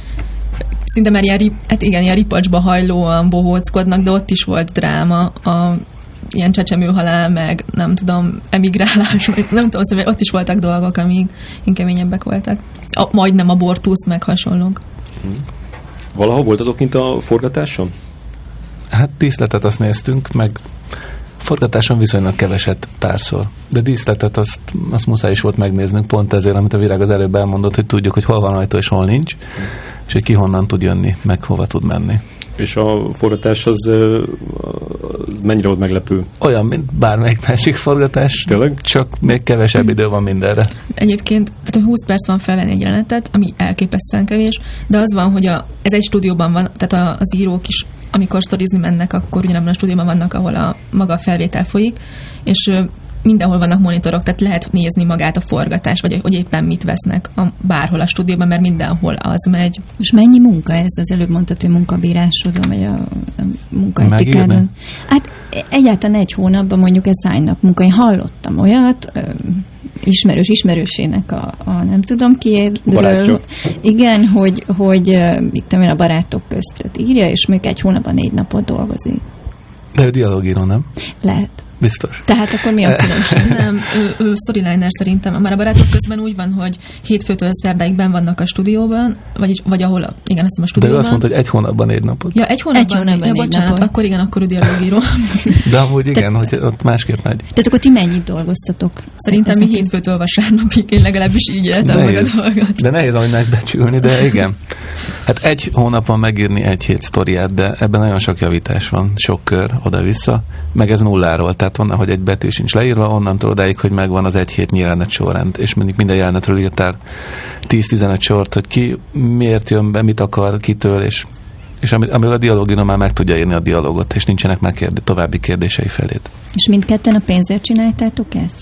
szinte már ilyen ripacsba hajlóan bohóckodnak, de ott is volt dráma, ilyen csecsemőhalál, meg nem tudom, emigrálás, nem tudom, szóval ott is voltak dolgok, amik keményebbek voltak. Majdnem abortusz, meg hasonlók. Valahol voltatok kint a forgatáson? Hát díszletet azt néztünk, meg forgatáson viszonylag keveset párszor. De díszletet azt muszáj is volt megnéznünk, pont ezért, amit a Virág az előbb elmondott, hogy tudjuk, hogy hol van ajtó és hol nincs, és hogy ki honnan tud jönni, meg hova tud menni. És a forgatás az mennyire volt meglepő? Olyan, mint bármelyik másik forgatás. Tényleg? Csak még kevesebb idő van mindenre. Egyébként, tehát 20 perc van felvenni egy jelenetet, ami elképesztően kevés, de az van, hogy ez egy stúdióban van, tehát az írók is, amikor sztorizni mennek, akkor ugyanabban a stúdióban vannak, ahol maga a felvétel folyik, és mindenhol vannak monitorok, tehát lehet nézni magát a forgatást, vagy hogy éppen mit vesznek bárhol a stúdióban, mert mindenhol az megy. És mennyi munka ez? Az előbb mondtad, hogy munkabírásodon, vagy a munkaetikádon. Hát egyáltalán egy hónapban mondjuk ez hány nap munka. Én hallottam olyat, ismerősének a nem tudom kiéről. Igen, hogy itt a barátok között írja, és még egy hónapban 4 napot dolgozik. De ő dialógíró, nem? Lehet. Biztos. Tehát akkor mi a különbség? Nem, ő storyliner szerintem. Már a barátok közben úgy van, hogy hétfőtől szerdáig benn vannak a stúdióban, vagy ahol, igen, azt hiszem a stúdióban. De ő azt mondta, hogy 1 hónapban 4 napot. Ja, egy hónapban 4 bocsánat, akkor igen, akkor ő dialógíró. De amúgy igen, hogy ott másképp megy. Tehát akkor ti mennyit dolgoztatok? Szerintem mi hétfőtől vasárnapig, én legalábbis így éltem meg a dolgot. De nehéz ahogy megbecsülni, de igen. Hát 1 hónapban megírni 1 hét sztoriát, de ebben nagyon sok javítás van, sok kör oda-vissza, meg ez nulláról, tehát van, hogy egy betű sincs leírva, onnantól odáig, hogy megvan az 1 hét jelenet sorrend, és mondjuk minden jelenetről írtál 10-15 sort, hogy ki miért jön be, mit akar, kitől, és amivel a dialógina már meg tudja írni a dialógot, és nincsenek meg további kérdései felét. És mindketten a pénzért csináltátok ezt?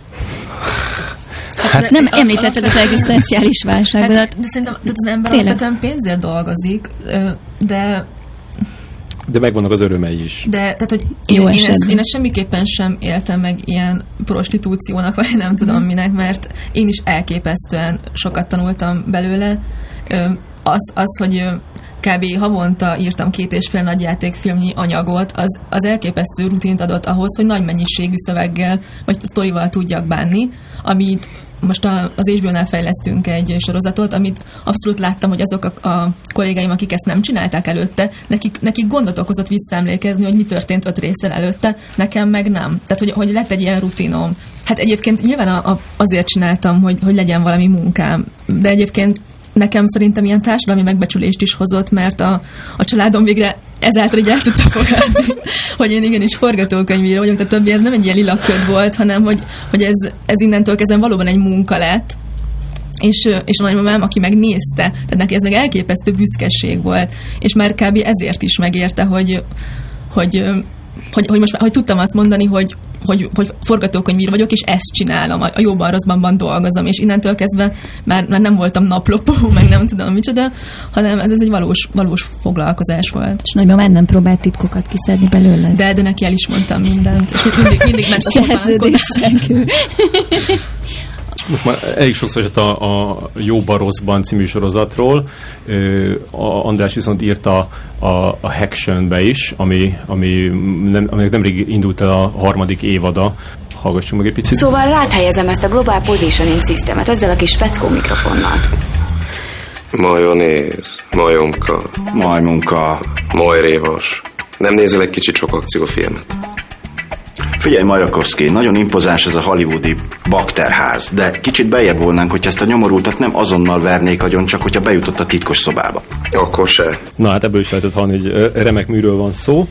Hát nem említetted az egzisztenciális válságot. Hát, de szerintem az ember alapvetően pénzért dolgozik, de megvannak az örömei is. De, tehát, hogy én ezt semmiképpen sem éltem meg ilyen prostitúciónak, vagy nem tudom minek, mert én is elképesztően sokat tanultam belőle. Az, hogy kb. Havonta írtam 2,5 nagyjátékfilmnyi anyagot, az elképesztő rutint adott ahhoz, hogy nagy mennyiségű szöveggel, vagy sztorival tudjak bánni, amit most az HBO-nál fejlesztünk egy sorozatot, amit abszolút láttam, hogy azok a kollégáim, akik ezt nem csinálták előtte, nekik gondot okozott visszaemlékezni, hogy mi történt 5 résszel előtte, nekem meg nem. Tehát, hogy lett egy ilyen rutinom. Hát egyébként nyilván azért csináltam, hogy legyen valami munkám, de egyébként nekem szerintem ilyen társadalmi megbecsülést is hozott, mert a családom végre ezáltal így el tudta fogadni, hogy én igenis forgatókönyvíró vagyok, tehát többi ez nem egy ilyen lilaköd volt, hanem hogy ez innentől kezdve valóban egy munka lett, és a nagymamám, aki megnézte, tehát neki ez meg elképesztő büszkeség volt, és már kb. Ezért is megérte, hogy tudtam azt mondani, hogy forgatókönyvíró vagyok, és ezt csinálom, a jóban rosszban dolgozom, és innentől kezdve már nem voltam naplopó, meg nem tudom micsoda, hanem ez egy valós foglalkozás volt. És nagymamán nem próbált titkokat kiszedni belőle? De neki el is mondtam mindent, és mindig ment a szerződésszegő. Most már elég sokszor esett a Jóban rosszban című sorozatról. András viszont írta a Haction-be is, aminek nemrég indult el a 3. évada. Hallgassunk meg egy picit. Szóval ráthelyezem ezt a Global Positioning Systemet ezzel a kis speckó mikrofonnal. Majonéz, majomka, majmunka, majrévas. Nem nézel egy kicsit sok akciófilmet? Figyelj, Majakovszki, nagyon impozáns ez a hollywoodi bakterház, de kicsit bejebb volnánk, hogy ezt a nyomorultat nem azonnal vernék agyon, csak hogyha bejutott a titkos szobába. Akkor se. Na hát ebből is lehetett hallani, hogy remek műről van szó.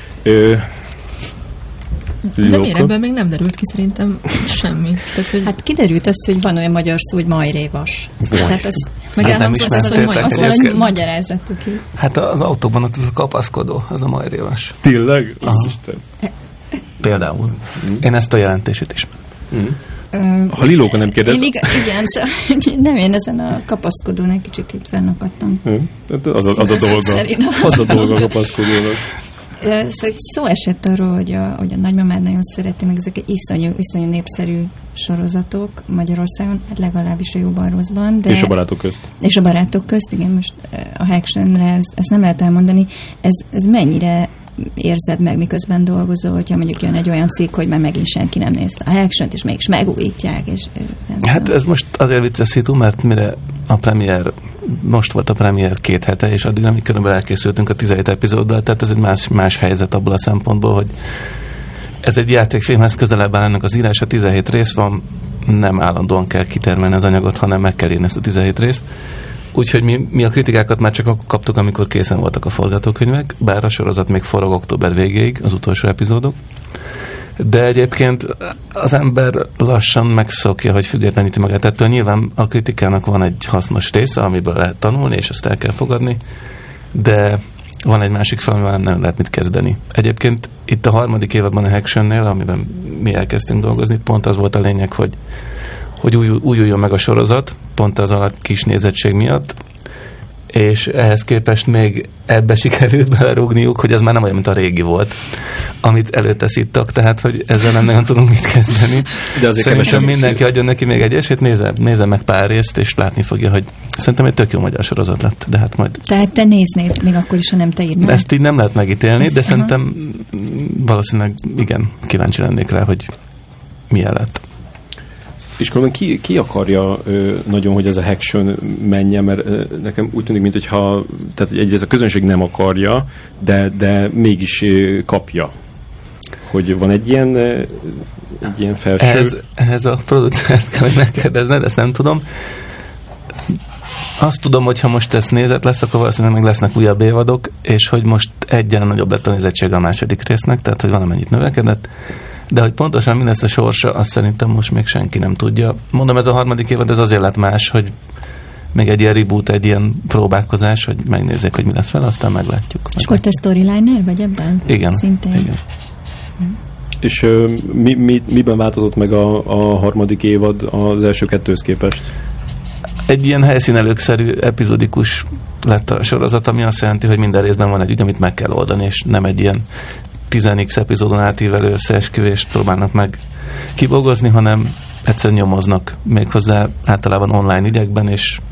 De miért ebből még nem derült ki szerintem semmi? Tehát, hogy... Hát kiderült az, hogy van olyan magyar szó, hogy majrévas. Tehát az ismertétek. Magyarázzatok ki. Hát az autóban ott az a kapaszkodó, az a majrévas. Tényleg? Például. Én ezt a jelentését ismerem. Ha Lilóka nem kérdez... Igen, nem, én ezen a kapaszkodónak kicsit itt fennakadtam. Az a dolga. Az a dolga a kapaszkodónak. Szóval szó esett arról, hogy a nagymamád nagyon szereti, meg ezek iszonyú népszerű sorozatok Magyarországon, hát legalábbis a Jóban rosszban. És a barátok közt. És a barátok közt, igen, most a Haction-re ezt nem lehet elmondani. Ez mennyire érzed meg, miközben dolgozol, hogyha mondjuk jön egy olyan cikk, hogy már megint senki nem nézte a Haction-t, és mégis megújítják. És hát ez most azért vicces szitu, mert mire a premier, most volt a premier 2 hete, és addig amíg körülbelül elkészültünk a 17 epizóddal, tehát ez egy más helyzet abból a szempontból, hogy ez egy játékfilmhez közelebb áll ennek az írása, 17 rész van, nem állandóan kell kitermelni az anyagot, hanem meg kell írni ezt a 17 részt. Úgyhogy mi a kritikákat már csak akkor kaptuk, amikor készen voltak a forgatókönyvek, bár a sorozat még forog október végéig, az utolsó epizódok. De egyébként az ember lassan megszokja, hogy függetleníti magát ettől. Nyilván a kritikának van egy hasznos része, amiből lehet tanulni, és azt el kell fogadni, de van egy másik film, amivel nem lehet mit kezdeni. Egyébként itt a 3. évadban a Hacktionnél, amiben mi elkezdtünk dolgozni, pont az volt a lényeg, hogy újuljon meg a sorozat, pont az alatt kis nézettség miatt, és ehhez képest még ebbe sikerült belerúgniuk, hogy ez már nem olyan, mint a régi volt, amit előtte szittak, tehát, hogy ezzel nem nagyon tudunk mit kezdeni. De azért szerintem mindenki adjon neki még egy esélyt, nézze meg pár részt, és látni fogja, hogy szerintem egy tök jó magyar sorozat lett, de hát majd... Tehát te néznéd, még akkor is, ha nem te írnád? Ezt így nem lehet megítélni, de szerintem valószínűleg igen, kíváncsi lennék rá, hogy milyen lett. És különben ki akarja nagyon, hogy ez a Hacktion menjen, mert nekem úgy tűnik, mintha tehát egyrészt a közönség nem akarja, de mégis kapja. Hogy van egy ilyen felső... Ehhez a producert kell, hogy megkérdezned, ezt nem tudom. Azt tudom, hogy ha most ezt nézet lesz, akkor valószínűleg meg lesznek újabb évadok, és hogy most egyen nagyobb lett a nézettség a második résznek, tehát hogy valamennyit növekedett. De hogy pontosan mi lesz a sorsa, azt szerintem most még senki nem tudja. Mondom, ez a 3. évad, ez azért lett más, hogy még egy ilyen reboot, egy ilyen próbálkozás, hogy megnézzék, hogy mi lesz vele, aztán meglátjuk. És akkor te storyliner vagy ebben? Igen. Szintén. Igen. És miben változott meg a 3. évad az első 2-höz képest? Egy ilyen helyszínelőkszerű, epizódikus lett a sorozat, ami azt jelenti, hogy minden részben van egy ügy, amit meg kell oldani, és nem egy ilyen 10x epizódon átívelő összeesküvést próbálnak meg kibogozni, hanem egyszerűen nyomoznak méghozzá általában online ügyekben, és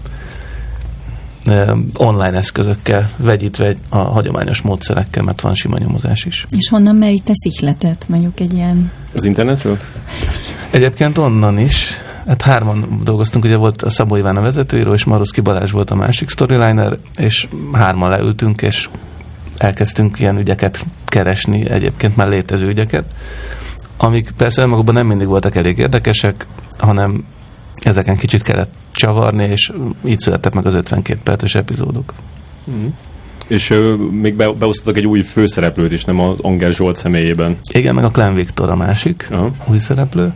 online eszközökkel vegyítve a hagyományos módszerekkel, mert van sima nyomozás is. És honnan merítesz ihletet, mondjuk egy ilyen... Az internetről? Egyébként onnan is. Hát 3-an dolgoztunk, ugye volt a Szabó Iván a vezetőíró, és Maruszki Balázs volt a másik storyliner, és 3-an leültünk, és elkezdtünk ilyen ügyeket keresni, egyébként már létező ügyeket, amik persze önmagukban nem mindig voltak elég érdekesek, hanem ezeken kicsit kellett csavarni, és így születtek meg az 52 perces epizódok. És még beosztottak egy új főszereplőt is, nem az Anger Zsolt személyében. Igen, meg a Klán Viktor a másik új szereplő.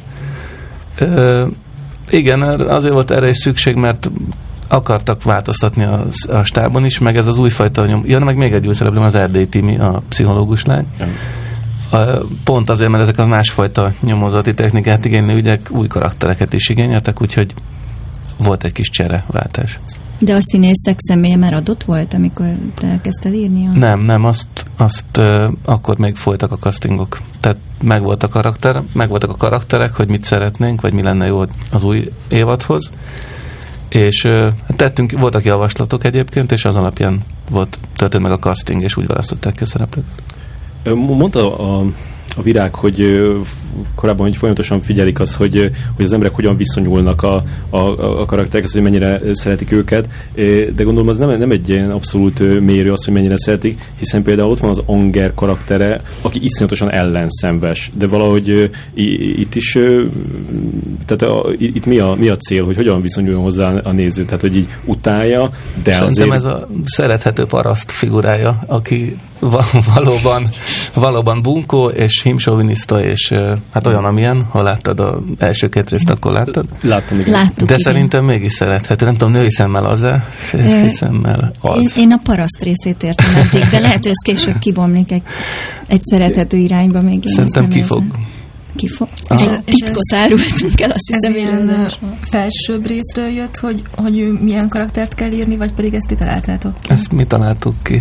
Igen, azért volt erre is szükség, mert akartak változtatni a stábon is, meg ez az újfajta meg még egy új szereplő, az Erdélyi Timi, a pszichológus lány. Pont azért, mert ezek a másfajta nyomozati technikát igénylő ügyek új karaktereket is igényeltek, úgyhogy volt egy kis csereváltás. De a színészek személye már adott volt, amikor te elkezdted írni? Nem, azt akkor még folytak a castingok. Tehát megvoltak a karakterek, hogy mit szeretnénk, vagy mi lenne jó az új évadhoz. És voltak javaslatok egyébként, és az alapján történt meg a casting, és úgy választották ki a szereplőt. Mondta a Virág, hogy korábban hogy folyamatosan figyelik azt, hogy az emberek hogyan viszonyulnak a karakterekhez, hogy mennyire szeretik őket, de gondolom az nem egy ilyen abszolút mérő az, hogy mennyire szeretik, hiszen például ott van az Anger karaktere, aki iszonyatosan ellenszenves, de valahogy itt is tehát itt mi a cél, hogy hogyan viszonyuljon hozzá a néző, tehát hogy így utálja, de szerintem azért... ez a szerethető paraszt figurája, aki valóban bunkó és himsoviniszta, és hát olyan, amilyen, ha láttad az első 2 részt, akkor láttad? Láttuk, de igen. szerintem mégis szerethető. Nem tudom, női szemmel az-e? Férfi szemmel az. Én a paraszt részét értem eddig, de lehet, hogy ez később kibomlik egy szerethető irányba még. Szerintem ki fog. Titkot árultunk el, azt hiszem. Ez ilyen felsőbb részről jött, hogy milyen karaktert kell írni, vagy pedig ezt ti találtátok ki? Ezt mi találtuk ki.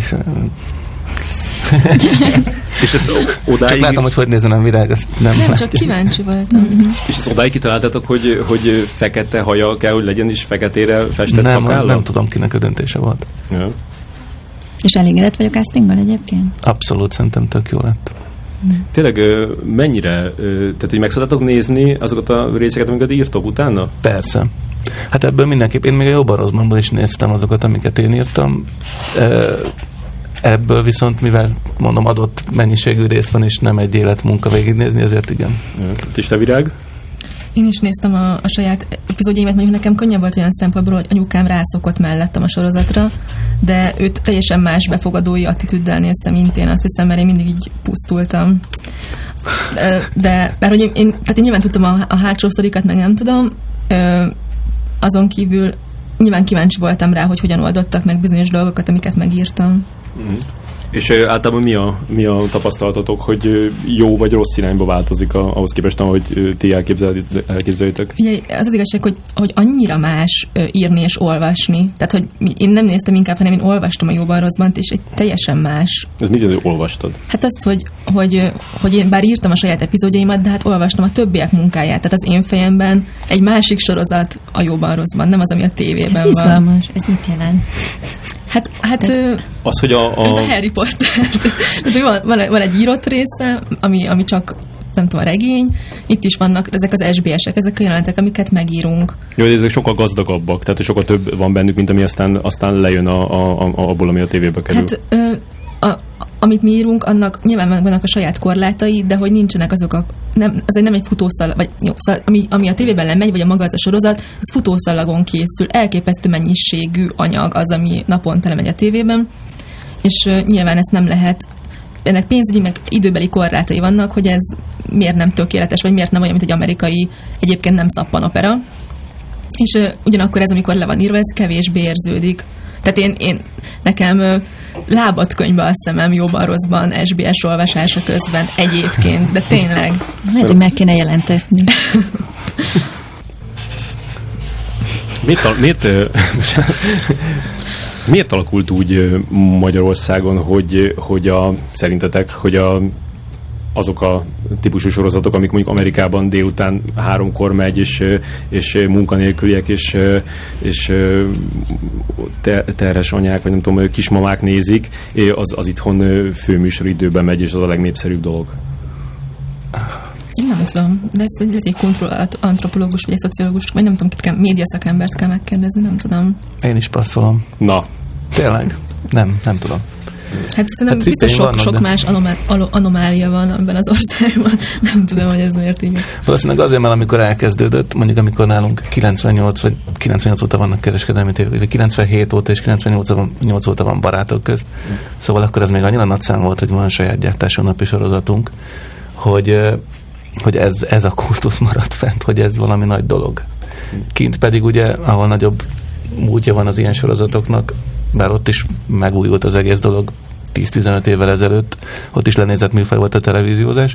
És ezt odáig... Csak látom, hogy nézem a Virág, ezt nem csak kíváncsi voltam. És ezt odáig kitaláltátok, hogy fekete haja kell, hogy legyen is feketére festett szakálla? Nem tudom, kinek a döntése volt. Ja. És elégedett vagy a castinggal egyébként? Abszolút, szerintem tök jó lett. Tényleg mennyire, tehát hogy meg szoktatok nézni azokat a részeket, amiket írtok utána? Persze. Hát ebből mindenképp, én még a Jobban Rosszbanból is néztem azokat, amiket én írtam. Ebből viszont, mivel mondom, adott mennyiségű rész van, és nem egy életmunka végignézni, ezért igen. Tiszta Virág? Én is néztem a saját epizódjaimat, mondjuk nekem könnyebb volt olyan szempontból, hogy anyukám rászokott mellettem a sorozatra, de őt teljesen más befogadói attitűddel néztem, mint én, azt hiszem, mert én mindig így pusztultam. De mert hogy én nyilván tudtam a hátsó sztorikat, meg nem tudom, azon kívül nyilván kíváncsi voltam rá, hogy hogyan oldottak meg bizonyos dolgokat, amiket megírtam. És általában mi a tapasztalatotok, hogy jó vagy rossz irányba változik ahhoz képest, ahogy ti elképzeljétek? Ugye az igazság, hogy annyira más írni és olvasni. Tehát, hogy én nem néztem inkább, hanem én olvastam a Jóban Rosszban, és egy teljesen más. Ez mit jelent, hogy olvastad? Hát azt, hogy én bár írtam a saját epizódjaimat, de hát olvastam a többiek munkáját. Tehát az én fejemben egy másik sorozat a Jóban Rosszban, nem az, ami a tévében van. Ez izgalmas. Ez mit jelent? Hát az, hogy a Harry Potter. van egy írott része, ami csak nem tudom, a regény. Itt is vannak ezek az SBS-ek, ezek a jelenetek, amiket megírunk. Jó, ezek sokkal gazdagabbak, tehát sokkal több van bennük, mint ami aztán lejön abból, ami a tévébe kerül. Hát amit mi írunk, annak nyilván vannak a saját korlátai, de hogy nincsenek azok azért nem egy futószalag, vagy jó, ami a tévében lemegy, vagy a maga az a sorozat, az futószalagon készül. Elképesztő mennyiségű anyag az, ami naponta lemegy a tévében, és nyilván ezt nem lehet, ennek pénzügyi, meg időbeli korlátai vannak, hogy ez miért nem tökéletes, vagy miért nem olyan, mint egy amerikai, egyébként nem szappanopera. És ugyanakkor ez, amikor le van írva, ez kevésbé érződik. Tehát nekem lábat könyvbe a szemem Jóban Rosszban SBS olvasása közben egyébként, de tényleg. Lehet, hogy meg kéne jelentetni. Miért alakult úgy Magyarországon, hogy szerintetek, hogy azok a típusú sorozatok, amik mondjuk Amerikában délután 3-kor megy, és munkanélküliek, és terhes anyák, vagy nem tudom, kismamák nézik, az itthon főműsoridőben megy, és az a legnépszerűbb dolog? Én nem tudom, de ez egy kontrolantropológus, vagy egy szociológus, vagy nem tudom, média szakembert kell megkérdezni, nem tudom. Én is passzolom. Na. Tényleg? Nem tudom. Hát szerintem biztos sok más anomália van ebben az országban. Nem tudom, hogy ez miért így. Valószínűleg azért, mert amikor elkezdődött, mondjuk amikor nálunk 98 óta vannak kereskedelmi tévék, vagy 97 óta és 98 óta van Barátok közt. Szóval akkor ez még annyira nagy szám volt, hogy van saját gyártású napi sorozatunk, hogy ez a kultusz maradt fent, hogy ez valami nagy dolog. Kint pedig ugye, ahol nagyobb múltja van az ilyen sorozatoknak, bár ott is megújult az egész dolog 10-15 évvel ezelőtt, ott is lenézett műfaj volt a televíziózás,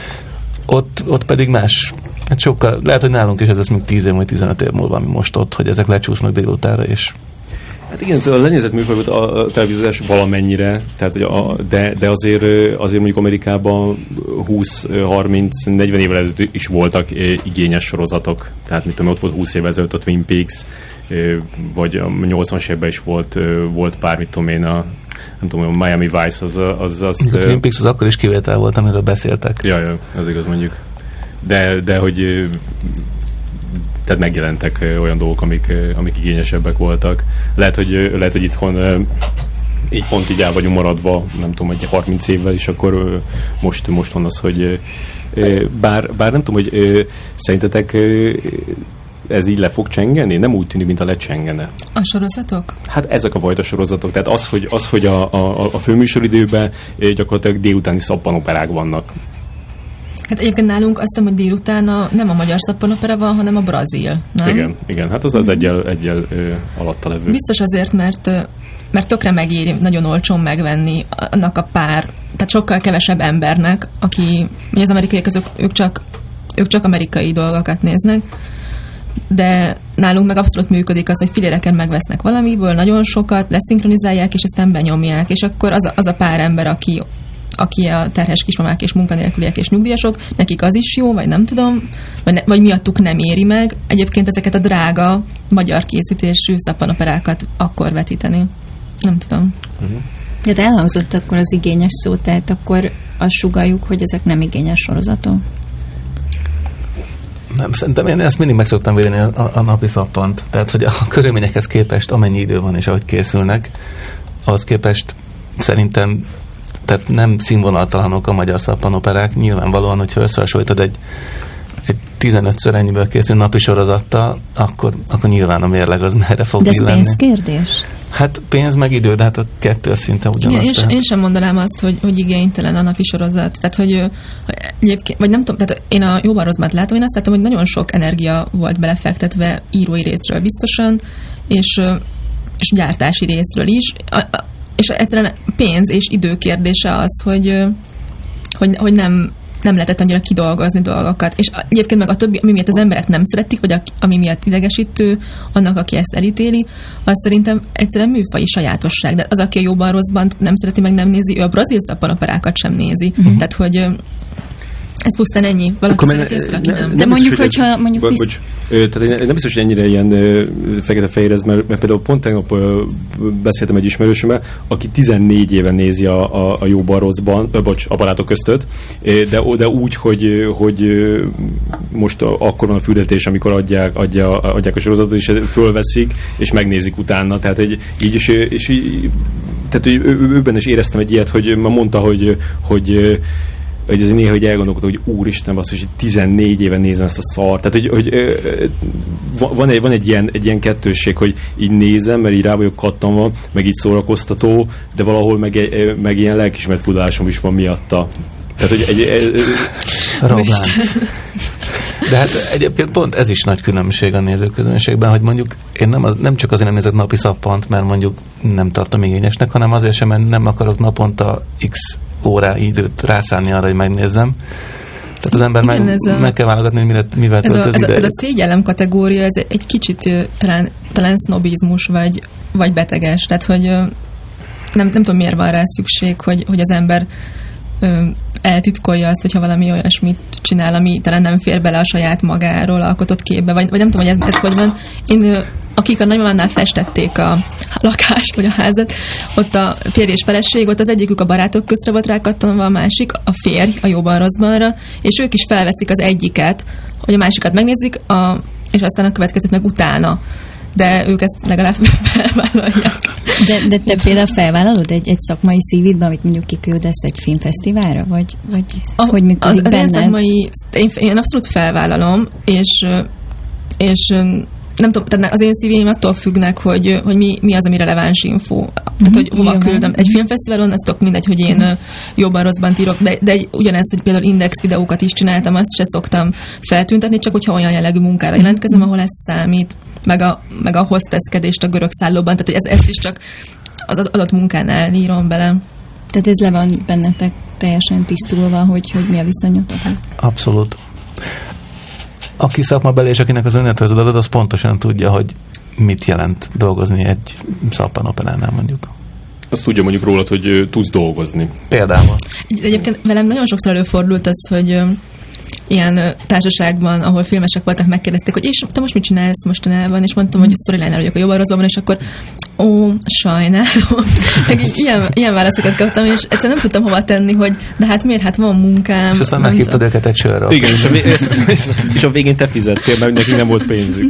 ott pedig más. Hát sokkal, lehet, hogy nálunk is ez lesz még 10 év vagy 15 év múlva, ami most ott, hogy ezek lecsúsznak délutára, és hát igen, szóval a lenézett műfaj volt a televíziózás valamennyire, tehát, de azért mondjuk Amerikában 20-30-40 évvel ezelőtt is voltak igényes sorozatok. Tehát mit tudom, ott volt 20 évvel ezelőtt a Twin Peaks, vagy a 80-as évben is volt pár, mit tudom én, nem tudom, a Miami Vice az a Twin Peaks az akkor is kivétel volt, amiről beszéltek. Ja, az igaz mondjuk. De hogy tehát megjelentek olyan dolgok, amik igényesebbek voltak. Lehet, hogy itthon így pont így el vagyunk maradva, nem tudom, egy 30 évvel, és akkor most van az, hogy bár nem tudom, hogy szerintetek ez így le fog csengeni? Nem úgy tűnik, mint a lecsengene. A sorozatok? Hát ezek a fajta sorozatok. Tehát az, hogy a főműsoridőben gyakorlatilag délutáni szappanoperák vannak. Hát egyébként nálunk azt hiszem, hogy délután nem a magyar szappanopera van, hanem a brazil, nem? Igen, hát az egyel alatta levő. Biztos azért, mert tökre megéri nagyon olcsón megvenni annak a pár, tehát sokkal kevesebb embernek, aki, ugye az amerikaiak ők csak amerikai dolgokat néznek, de nálunk meg abszolút működik az, hogy filéreken megvesznek valamiből nagyon sokat, leszinkronizálják, és aztán benyomják, és akkor az a pár ember, aki a terhes kismamák és munkanélküliek és nyugdíjasok, nekik az is jó, vagy nem tudom, vagy miattuk nem éri meg. Egyébként ezeket a drága magyar készítésű szappanoperákat akkor vetíteni. Nem tudom. De elhangzott akkor az igényes szó, tehát akkor azt sugalljuk, hogy ezek nem igényes sorozatok. Nem, szerintem én ezt mindig meg szoktam védeni a napi szappant. Tehát, hogy a körülményekhez képest amennyi idő van és ahogy készülnek, ahhoz képest szerintem tehát nem színvonaltalanok a magyar szappanoperák. Nyilvánvalóan, hogyha összehasonlítod egy 15-ször ennyiből készül napi sorozattal, akkor nyilván a mérleg az merre fog illenni. De ez pénzkérdés? Hát pénz meg idő, de hát a kettő szinte ugyanaz. Igen, én sem mondanám azt, hogy igénytelen a napi sorozat. Tehát, hogy egyébként, vagy nem tudom, tehát én a Jóban Rosszban látom, én azt látom, hogy nagyon sok energia volt belefektetve írói részről biztosan, és gyártási részről is. és egyszerűen pénz és idő kérdése az, hogy nem lehetett annyira kidolgozni dolgokat. És egyébként meg a többi, ami miatt az emberek nem szeretik, vagy ami miatt idegesítő, annak, aki ezt elítéli, az szerintem egyszerűen műfaji sajátosság. De az, aki a Jóban Rosszban nem szereti, meg nem nézi, ő a brazil szappanoperákat sem nézi. Tehát, hogy ez pusztán ennyi. Valaki szereti ezt, valaki nem. De mondjuk, hogyha mondjuk... Tehát nem biztos, hogy ennyire ilyen fekete-fehér ez, mert például pont tegnap beszéltem egy ismerősömmel, aki 14 éve nézi a Jóban Rosszban, a Barátok köztöt, de úgy, hogy most akkor van a füldetés, amikor adják a sorozatot, és fölveszik, és megnézik utána. Tehát tehát őben is éreztem egy ilyet, hogy ma mondta, hogy ez néha hogy elgondolkodom, hogy úristen, basszus, hogy 14 éve nézem ezt a szart. Tehát, hogy van egy ilyen kettősség, hogy így nézem, mert így rá vagyok kattanva, meg így szórakoztató, de valahol meg ilyen lelkismert fudásom is van miatta. Tehát, hogy De hát egyébként pont ez is nagy különbség a nézőközönségben, hogy mondjuk én nem csak azért nem nézek napi szappant, mert mondjuk nem tartom igényesnek, hanem azért sem, mert nem akarok naponta x órá időt rászánni arra, hogy megnézzem. Tehát az ember meg kell válogatni, hogy mivel tölt az idejét. Ez a szégyellem kategória, ez egy kicsit talán sznobizmus, vagy beteges. Tehát, hogy nem tudom, miért van rá szükség, hogy az ember eltitkolja azt, hogyha valami olyasmit csinál, ami talán nem fér bele a saját magáról alkotott képbe, vagy nem tudom, hogy ez hogy van. Akik a nagymamánál festették a lakást, vagy a házat, ott a férj és feleség, ott az egyikük a Barátok köztre volt rákattanva, a másik a férj a Jóban Rosszbanra, és ők is felveszik az egyiket, hogy a másikat megnézik, és aztán a következőt meg utána. De ők ezt legalább felvállalják. De te például felvállalod egy szakmai CV-ben, amit mondjuk kiküldesz egy filmfesztiválra? Vagy hogy működik benned? Én abszolút felvállalom, és nem tudom, tehát az én CV-im attól függnek, hogy mi az, ami releváns info. Tehát, hogy hova küldöm. Egy filmfesztiválon, ez tök mindegy, hogy én Jóban Rosszban írok, de ugyanez, hogy például index videókat is csináltam, azt se szoktam feltüntetni, csak hogyha olyan jellegű munkára jelentkezem, ahol ez számít, meg a hostesskedést a görög szállóban, tehát hogy ezt is csak az adott munkánál írom bele. Tehát ez le van bennetek teljesen tisztulva, hogy mi a viszonyotok? Abszolút. Aki szakmabeli, és akinek az önéletrajzod adott, az pontosan tudja, hogy mit jelent dolgozni egy szappanoperánál mondjuk. Azt tudja mondjuk rólad, hogy tudsz dolgozni. Például. Egyébként velem nagyon sokszor előfordult az, hogy ilyen társaságban, ahol filmesek voltak, megkérdezték, hogy és te most mit csinálsz mostanában? És mondtam, hogy storyline-er vagyok a Jóban Rosszban, és akkor sajnálom. Ilyen válaszokat kaptam, és egyszerűen nem tudtam hova tenni, hogy de hát miért? Hát van munkám. És aztán meghívtad őket egy sörre. Igen, és a végén te fizettél, mert nekik nem volt pénzük.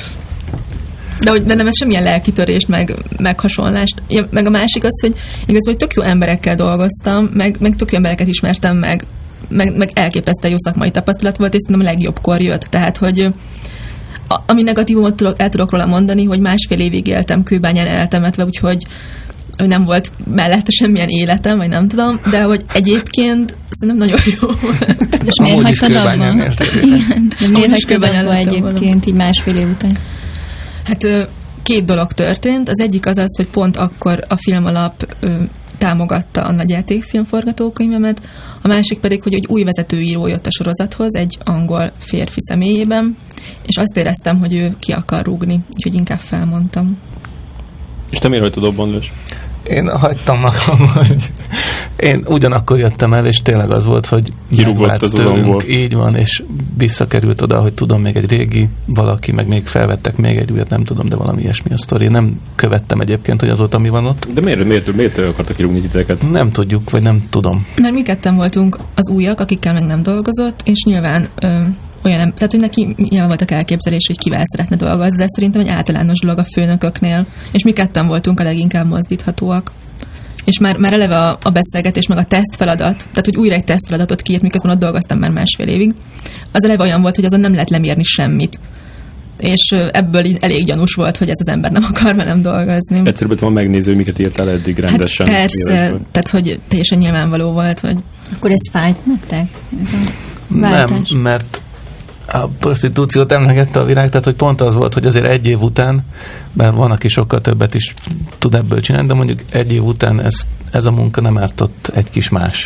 De hogy bennem ez semmilyen lelkitörést, meg hasonlást. Meg a másik az, hogy igazából tök jó emberekkel dolgoztam, meg tök jó embereket ismertem meg elképesztően jó szakmai tapasztalat volt, és szerintem a legjobbkor jött. Tehát, hogy ami negatívumot el tudok róla mondani, hogy 1,5 évig éltem Kőbányán eltemetve, úgyhogy nem volt mellette semmilyen életem, vagy nem tudom, de hogy egyébként szerintem nagyon jó. És miért hagytad abban? Miért hagytad abban egyébként így 1,5 év után? Hát 2 dolog történt. Az egyik az, hogy pont akkor a Filmalap támogatta a nagyjátékfilm forgatókönyvemet, a másik pedig, hogy egy új vezetőíró jött a sorozathoz, egy angol férfi személyében, és azt éreztem, hogy ő ki akar rúgni, úgyhogy inkább felmondtam. És te miért hagytad abban, Lős? Én hagytam magam, hogy én ugyanakkor jöttem el, és tényleg az volt, hogy kirúgott az angol. Így van, és visszakerült oda, hogy tudom, még egy régi valaki, meg még felvettek még egy újat, nem tudom, de valami ilyesmi a sztori. Nem követtem egyébként, hogy azóta mi van ott. De miért akartak kirúgni titeket? Nem tudjuk, vagy nem tudom. Mert mi ketten voltunk az újak, akikkel meg nem dolgozott, és nyilván olyan, tehát hogy neki nyilván voltak elképzelés, hogy kivel szeretne dolgozni, de szerintem egy általános dolog a főnököknél, és mi ketten voltunk a leginkább mozdíthatóak. És már eleve a beszélgetés, meg a tesztfeladat, tehát hogy újra egy tesztfeladatot kiírt, miközben ott dolgoztam már 1,5 évig, az eleve olyan volt, hogy azon nem lehet lemérni semmit. És ebből elég gyanús volt, hogy ez az ember nem akar velem dolgozni. Egyszerűen van megnéző, miket írtál eddig rendesen. Hát persze, tehát hogy teljesen nyilvánvaló volt, hogy... Akkor ez fájt nektek? Ez a váltás? Nem, mert A prostitúciót emlegette a Virág, tehát hogy pont az volt, hogy azért egy év után, bár van, aki sokkal többet is tud ebből csinálni, de mondjuk egy év után ez a munka nem ártott egy kis más.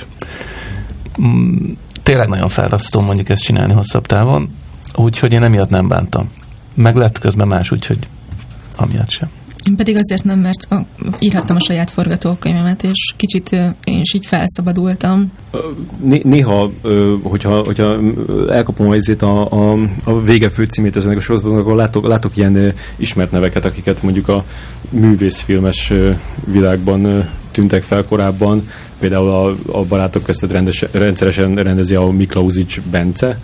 Tényleg nagyon fárasztó mondjuk ezt csinálni hosszabb távon, úgyhogy én emiatt nem bántam. Meg lett közben más, úgyhogy amiatt sem. Én pedig azért nem, mert írhattam a saját forgatókönyvemet, és kicsit én is így felszabadultam. Néha, hogyha elkapom a vége főcímét ezenek a sorozatoknak, akkor látok ilyen ismert neveket, akiket mondjuk a művészfilmes világban tűntek fel korábban. Például a Barátok között rendszeresen rendezi a Miklausics Bence,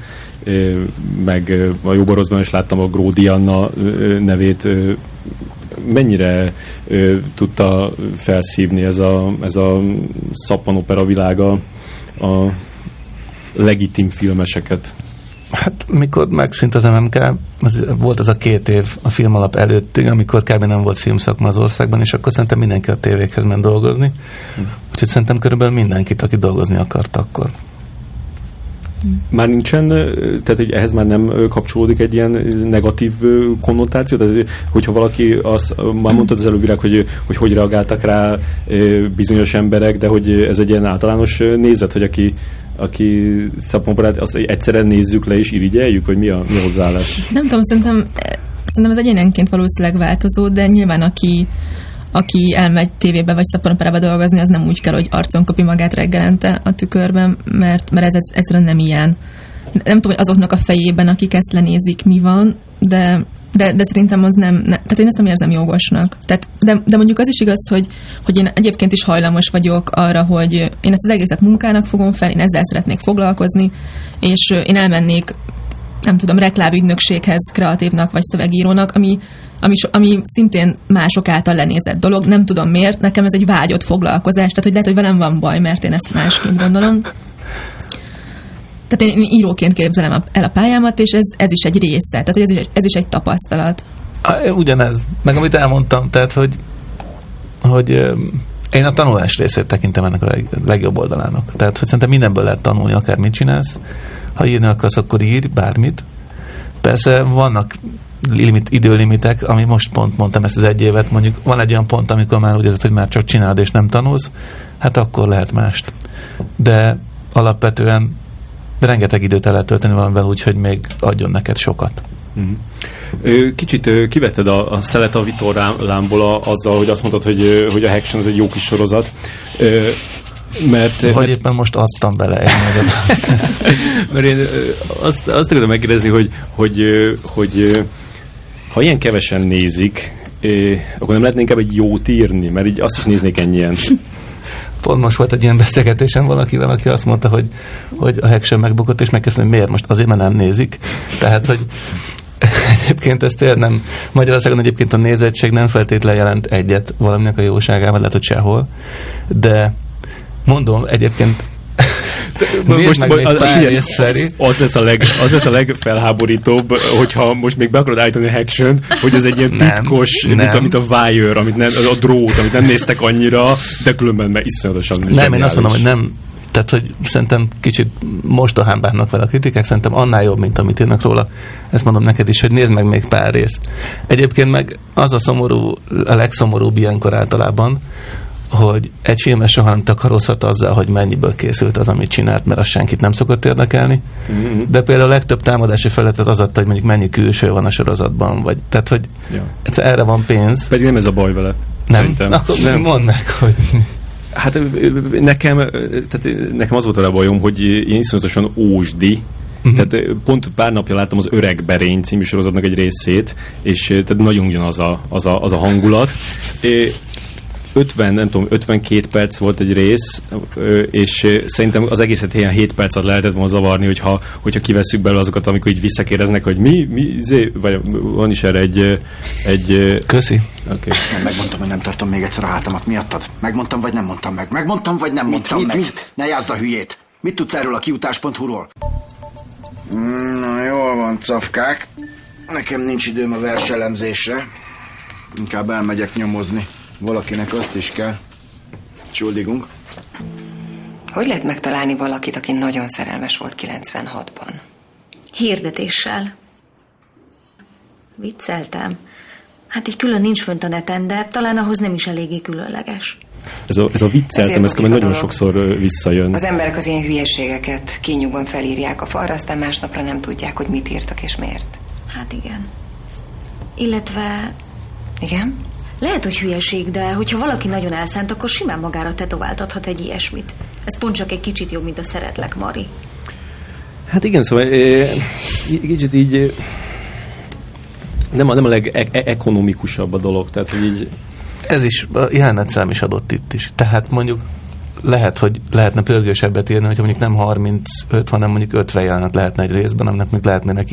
meg a Jóborozban is láttam a Gródi Anna nevét. Mennyire tudta felszívni ez a szappanopera világa a legitim filmeseket? Hát mikor megszűnt az MMK, volt az a 2 év a Filmalap előttünk, amikor kb. Nem volt filmszakma az országban, és akkor szerintem mindenki a tévékhez ment dolgozni. Úgyhogy szerintem körülbelül mindenkit, aki dolgozni akart akkor. Már nincsen, tehát hogy ehhez már nem kapcsolódik egy ilyen negatív konnotáció? Tehát, hogyha valaki, már mondtad az előbb, Virág, hogy reagáltak rá bizonyos emberek, de hogy ez egy ilyen általános nézet, hogy aki szappanparát, azt egyszerűen nézzük le és irigyeljük, vagy mi a hozzáállás? Nem tudom, szerintem ez egyénenként valószínűleg változó, de nyilván aki elmegy tévébe vagy szappanoperabe dolgozni, az nem úgy kell, hogy arcon kopja magát reggelente a tükörben, mert ez egyszerűen nem ilyen. Nem tudom, hogy azoknak a fejében, akik ezt lenézik, mi van, de szerintem az nem, tehát én ezt nem érzem jogosnak. Tehát, de mondjuk az is igaz, hogy én egyébként is hajlamos vagyok arra, hogy én ezt az egészet munkának fogom fel, én ezzel szeretnék foglalkozni, és én elmennék, nem tudom, reklámügynökséghez, kreatívnak vagy szövegírónak, ami szintén mások által lenézett dolog. Nem tudom miért, nekem ez egy vágyott foglalkozás, tehát hogy lehet, hogy velem van baj, mert én ezt másként gondolom. Tehát én íróként képzelem el a pályámat, és ez is egy része, tehát ez is egy tapasztalat. Ugyanez, meg amit elmondtam, tehát hogy én a tanulás részét tekintem ennek a legjobb oldalának. Tehát, hogy szerintem mindenből lehet tanulni, akár mit csinálsz. Ha írni akarsz, akkor írj bármit. Persze vannak időlimitek, ami most pont mondtam ezt az egy évet, mondjuk van egy olyan pont, amikor már úgy érzed, hogy már csak csinálod és nem tanulsz, hát akkor lehet mást. De alapvetően rengeteg időt el lehet tölteni valamivel úgy, hogy még adjon neked sokat. Kicsit kivetted a szelet a vitorlámból azzal, hogy azt mondtad, hogy a Haction az egy jó kis sorozat. Vagy éppen most adtam bele egy nagyot. Mert én azt akarom megkérdezni, hogy ha ilyen kevesen nézik, akkor nem lehetne inkább egy jót írni, mert így azt is néznék ennyien. Pont most volt egy ilyen beszélgetésem valakivel, aki azt mondta, hogy a Haction megbukott, és megkezdtem, hogy miért most azért, mert nem nézik. Tehát, hogy egyébként ez tényleg nem, Magyarországon egyébként a nézettség nem feltétlenül jelent egyet valaminek a jóságával, lehet, hogy sehol, de mondom, egyébként az lesz a legfelháborítóbb, hogyha most még be akarod állítani a Haction, hogy ez egy ilyen titkos, mint a Wire, amit nem, a drót, amit nem néztek annyira, de különben mert iszonyatosan zseniális. Nem, én azt mondom, hogy nem. Tehát, hogy szerintem kicsit mostohán bánnak vele a kritikák, szerintem annál jobb, mint amit írnak róla. Ezt mondom neked is, hogy nézd meg még pár részt. Egyébként meg az a legszomorúbb ilyenkor általában, hogy egy filmes soha nem takarozhat azzal, hogy mennyiből készült az, amit csinált, mert az senkit nem szokott érdekelni. Mm-hmm. De például a legtöbb támadási felületet az adta, hogy mondjuk mennyi külső van a sorozatban, vagy tehát, hogy erre van pénz. Pedig nem ez a baj vele. Nem? Akkor nem. Mondd meg, hogy... Hát nekem az volt a bajom, hogy én iszonyatosan ósdi. Tehát pont pár napja láttam az Öreg Berény című sorozatnak egy részét, és tehát nagyon ugyanaz az a hangulat. 52 perc volt egy rész, és szerintem az egészet ilyen 7 percet lehetett volna zavarni, hogyha kivesszük belőle azokat, amikor így visszakérdeznek, hogy vagy van is erre egy Köszi. Okay. Megmondtam, hogy nem tartom még egyszer a hátamat. Miattad? Megmondtam, vagy nem mondtam meg? Megmondtam, vagy nem mondtam meg? Mit? Ne jázd a hülyét! Mit tudsz erről a kiutás.hu-ról? Na, jól van, cafkák. Nekem nincs időm a verselemzésre. Inkább elmegyek nyomozni. Valakinek azt is kell. Csuldigunk. Hogy lehet megtalálni valakit, aki nagyon szerelmes volt 96-ban? Hirdetéssel. Vicceltem. Hát így külön nincs fönt a neten, de talán ahhoz nem is eléggé különleges. Ez a vicceltem, ez nagyon sokszor visszajön. Az emberek az ilyen hülyeségeket kínjukban felírják a falra, aztán másnapra nem tudják, hogy mit írtak és miért. Hát igen. Illetve... Igen? Lehet, hogy hülyeség, de hogyha valaki nagyon elszánt, akkor simán magára tetováltathat egy ilyesmit. Ez pont csak egy kicsit jobb, mint a szeretlek, Mari. Hát igen, szóval kicsit így nem a legekonomikusabb a dolog, tehát hogy így... Ez is, a jelenetszám is adott itt is. Tehát mondjuk lehet, hogy lehetne pörgősebbet írni, hogyha mondjuk nem 35, hanem mondjuk 50 jelenet lehetne egy részben, aminek még lehetnének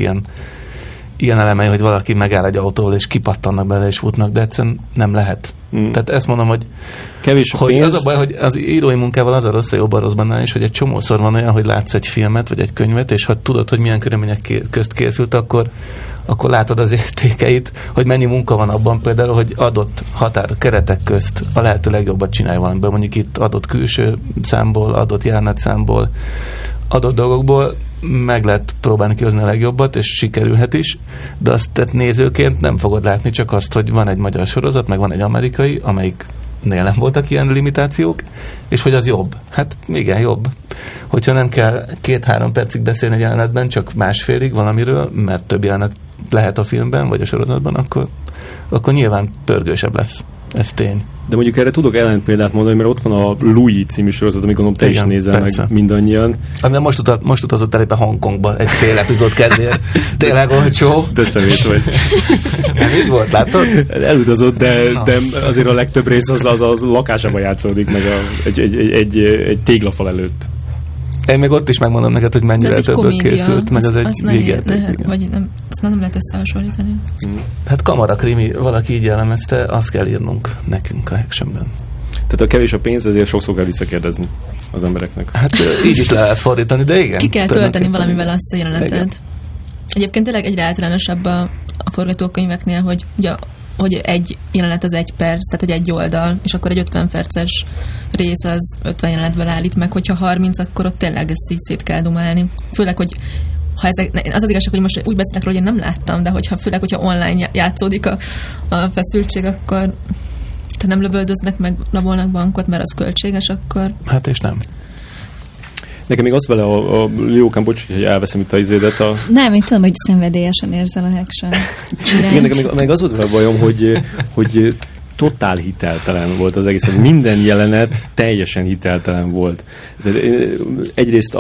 ilyen elemei, hogy valaki megáll egy autóval, és kipattannak bele, és futnak, de egyszerűen nem lehet. Tehát ezt mondom, hogy kevés a pénz. Az a baj, hogy az írói munkával az a rossz, a jobb a rossz benne is, hogy egy csomószor van olyan, hogy látsz egy filmet, vagy egy könyvet, és ha tudod, hogy milyen körülmények közt készült, akkor látod az értékeit, hogy mennyi munka van abban például, hogy adott keretek közt a lehető legjobbat csinálj valamiből. Mondjuk itt adott külső számból, adott jelenetszámból, adott dolgokból meg lehet próbálni kihozni a legjobbat, és sikerülhet is, de azt tehát nézőként nem fogod látni csak azt, hogy van egy magyar sorozat, meg van egy amerikai, amelyiknél nem voltak ilyen limitációk, és hogy az jobb. Hát igen, jobb. Hogyha nem kell 2-3 percig beszélni egy jelenetben, csak másfélig valamiről, mert több jelenet lehet a filmben, vagy a sorozatban, akkor nyilván pörgősebb lesz. Ez tény. De mondjuk erre tudok ellenpéldát mondani, mert ott van a Louis című sorozat, amit gondolom te is nézel meg mindannyian. Amivel most utazott el éppen Hongkongba egy fél epizód kedvéért. Tényleg olcsó. De szemét vagy. Nem így volt, látod? Elutazott, de azért a legtöbb rész az a lakásában játszódik, meg egy téglafal előtt. Én még ott is megmondom neked, hogy mennyire többől készült, meg az egy végjáték. Vagy nem, azt nem lehet összehasonlítani. Hát kamarakrimi, valaki így jellemezte, azt kell írnunk nekünk a Actionben. Tehát a kevés a pénz, ezért sokszor kell visszakérdezni az embereknek. Hát így is le lehet fordítani, de igen. Ki kell tölteni valamivel azt a jelenetet. Egyébként tényleg egyre általánosabb a forgatókönyveknél, hogy ugye hogy egy jelenet az 1 perc, tehát hogy egy oldal, és akkor egy 50 perces rész az 50 jelenetből állít meg, hogyha 30, akkor ott tényleg ezt így szét kell dumálni. Főleg, hogy ha az az igazság, hogy most úgy beszélek róla, hogy én nem láttam, de főleg, hogyha online játszódik a feszültség, akkor ha nem lövöldöznek meg, rabolnak bankot, mert az költséges, akkor... Hát és nem. Nekem még az vele a Liókán, bocs, hogy elveszem itt a izédet. Nem, én tudom, hogy szenvedélyesen érzel a Action. Igen, nekem még az volt a bajom, hogy totál hiteltelen volt az egész. Minden jelenet teljesen hiteltelen volt. Egyrészt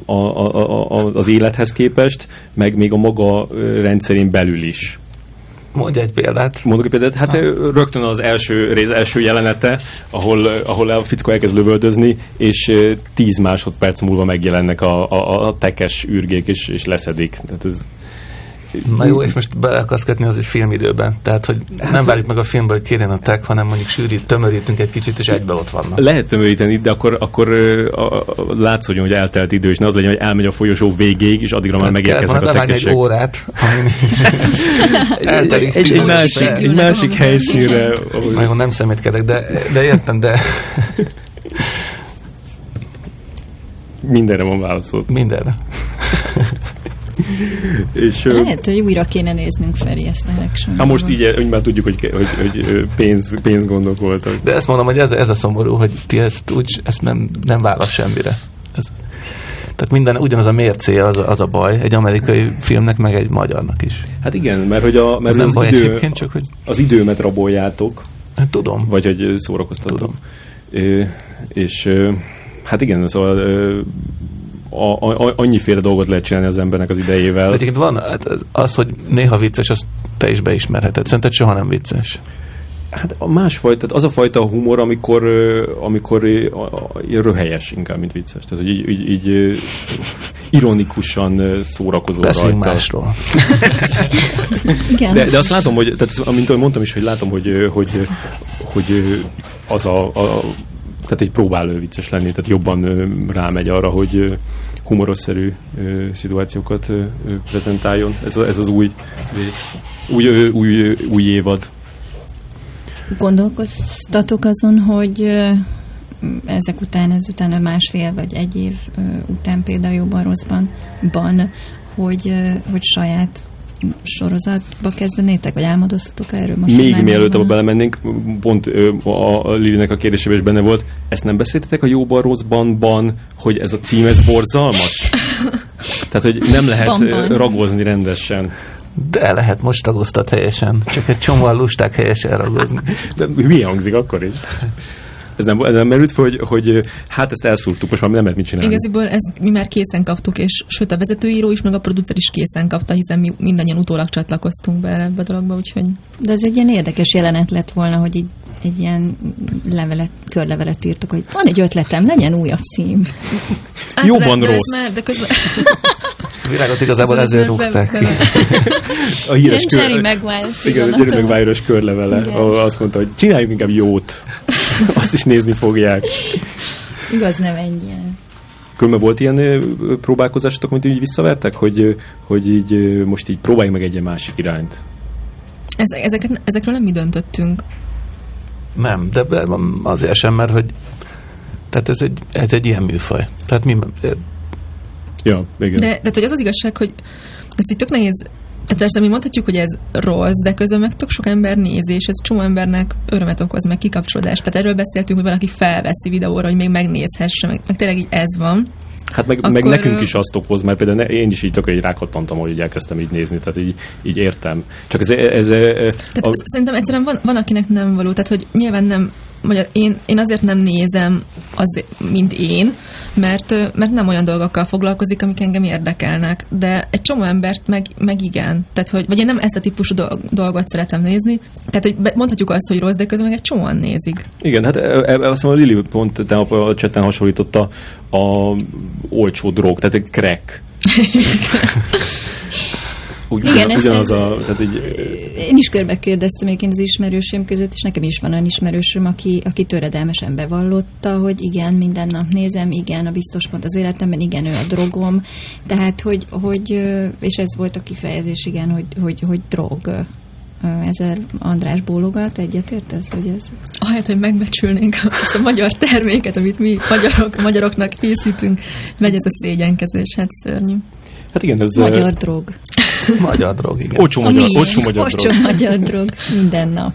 az élethez képest, meg még a maga rendszerén belül is. Mondj egy példát. Mondok egy példát. Hát rögtön az első jelenete, ahol a fickó elkezd lövöldözni, és 10 másodperc múlva megjelennek a tekes űrgék, és leszedik. Tehát ez... Na jó, és most bele akarsz kötni az egy filmidőben. Tehát, hogy nem várjuk meg a filmből, hogy kérjen a tek, hanem mondjuk tömörítünk egy kicsit, és egybe ott vannak. Lehet tömöríteni, de akkor látszódjon, hogy eltelt idő, és ne az legyen, hogy elmegy a folyosó végéig, és addigra már megérkeznek a tekesek. Egy órát, egy másik helyszínre. Nagyon nem szemétkedek, de értem, de... Mindenre van válaszol. Mindenre. És, lehet, hogy újra kéne néznünk Feri ezt a Action. Most így már tudjuk, hogy pénz gondok voltak. De ezt mondom, hogy ez a szomorú, hogy ti ezt nem válasz semmire. Tehát minden ugyanaz a mércéje az a baj, egy amerikai filmnek, meg egy magyarnak is. Hát igen, mert az időmet raboljátok. Hát tudom. Vagy hogy szórakoztatok. Tudom. És hát igen, szóval annyiféle dolgot lehet csinálni az embernek az idejével. De egyébként van az, hogy néha vicces, azt te is beismerheted. Szerinted soha nem vicces? Hát másfajta, az a fajta humor, amikor röhelyes inkább, mint vicces. Tehát, hogy így ironikusan szórakozol rajta. Beszéljünk másról. De azt látom, hogy, tehát, amint mondtam is, hogy látom, hogy az tehát egy próbál vicces lenni, tehát jobban rámegy arra, hogy humorosszerű szituációkat prezentáljon. Ez az új rész. Új évad. Gondolkoztatok azon, hogy ezután a 1,5 vagy 1 év után például jobban rosszban, hogy saját sorozatba kezdenétek, vagy álmodoztatok erről most? Még mielőtt abba belemennénk, pont a Lilinek a kérdésében is benne volt, ezt nem beszéltetek a Jóban Rosszban, hogy ez a cím, ez borzalmas? Tehát, hogy nem lehet ragozni rendesen. De lehet, most ragoztat helyesen. Csak egy csomóan lusták helyesen ragozni. De mi hangzik akkor is? Ez nem merült fel, hogy hát ezt elszúrtuk, most már nem lehet mit csinálni. Igaziból ezt mi már készen kaptuk, és sőt a vezetőíró is, meg a producer is készen kapta, hiszen mi mindannyian utólag csatlakoztunk bele ebbe a dologba, úgyhogy... De ez egy ilyen érdekes jelenet lett volna, hogy így egy ilyen körlevelet írtok, hogy van egy ötletem, legyen új a cím. Jóban rossz. De közben... A világot igazából ezért rúgták ki. A híres Jerry Maguire. Igen, a Jerry Maguire-ös körlevele. Azt mondta, hogy csináljuk inkább jót. Azt is nézni fogják. Igaz, nem ennyien. Különben volt ilyen próbálkozásotok, amit így visszavertek, hogy így most így próbálj meg egy másik irányt? Ezekről nem mi döntöttünk. Nem, de azért sem, mert hogy tehát ez egy ilyen műfaj. Tehát mi... Ja, igen. De hogy az igazság, hogy ezt itt tök nehéz. Tehát persze mi mondhatjuk, hogy ez rossz, de közben meg tök sok ember nézi, és ez csomó embernek örömet okoz, meg kikapcsolódást. Tehát erről beszéltünk, hogy valaki felveszi videóra, hogy még megnézhesse, meg tényleg így ez van. Hát meg nekünk is azt okoz, mert például én is így tök egy rákattantam, hogy elkezdtem így nézni, tehát így értem. Csak szerintem egyszerűen van, akinek nem való, tehát hogy nyilván nem, vagy én azért nem nézem, mint én, mert nem olyan dolgokkal foglalkozik, amik engem érdekelnek, de egy csomó embert meg igen. Tehát, hogy, vagy én nem ezt a típusú dolgot szeretem nézni, tehát hogy mondhatjuk azt, hogy rossz, de közben meg egy csomóan nézik. Igen, hát azt hiszem a Lili pont a chatten hasonlította a olcsó drog, tehát egy crack. Tehát én is körbe kérdeztem egyébként az ismerősöm között, és nekem is van olyan ismerősöm, aki töredelmesen bevallotta, hogy igen, minden nap nézem, igen, a biztos pont az életemben, igen, ő a drogom. Tehát, hogy és ez volt a kifejezés, igen, hogy drog. Ezzel András bólogat, egyetértesz, hogy ez... Ahelyett, hogy megbecsülnénk azt a magyar terméket, amit mi magyaroknak készítünk, megy ez a szégyenkezés, hát szörnyű. Hát igen, ez... Magyar drog. Magyar drog, igen. Olcsó magyar drog. Minden nap.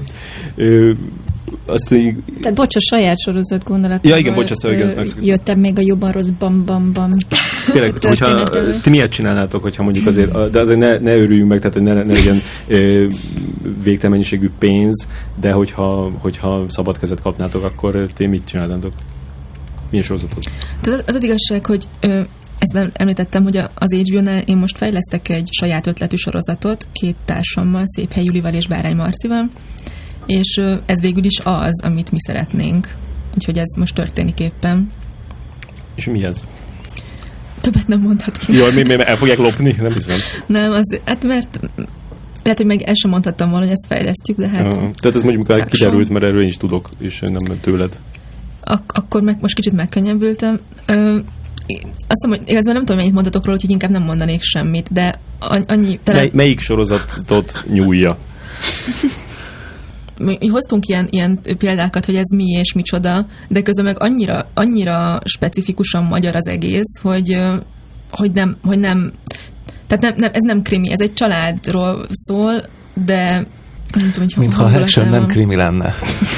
Tehát bocs, a saját sorozat gondolatával. Ja, igen, bocs, jöttem még a Jobban Rossz bam. Tényleg, hogyha ti miért csinálnátok, hogyha mondjuk azért, de azért ne örüljünk meg, tehát ne legyen végtelen mennyiségű pénz, de hogyha szabad kezet kapnátok, akkor ti mit csinálnátok? Milyen sorozatot? Az igazság, hogy ezt nem említettem, hogy az HBO-nál én most fejlesztek egy saját ötletű sorozatot 2 társammal, Széphely Julival és Bárány Marcival, és ez végül is az, amit mi szeretnénk. Úgyhogy ez most történik éppen. És mi ez? Többet nem mondhatom. Jó, mi el fogják lopni? Nem hiszem. Nem, hát mert lehet, hogy meg el sem mondhattam volna, hogy ezt fejlesztjük, de hát... Tehát ez mondjuk kiderült, mert erről én is tudok, és nem tőled. Akkor most kicsit megkönnyebbültem. Azt mondom, hogy igazából nem tudom, mennyit mondhatok róla, úgyhogy inkább nem mondanék semmit, de annyi... Melyik sorozatot nyúlja? Mi hoztunk ilyen példákat, hogy ez mi és micsoda, de közben meg annyira specifikusan magyar az egész, hogy nem tehát nem, ez nem krimi, ez egy családról szól, de nem tudom, hogy mintha a action nem krimi lenne.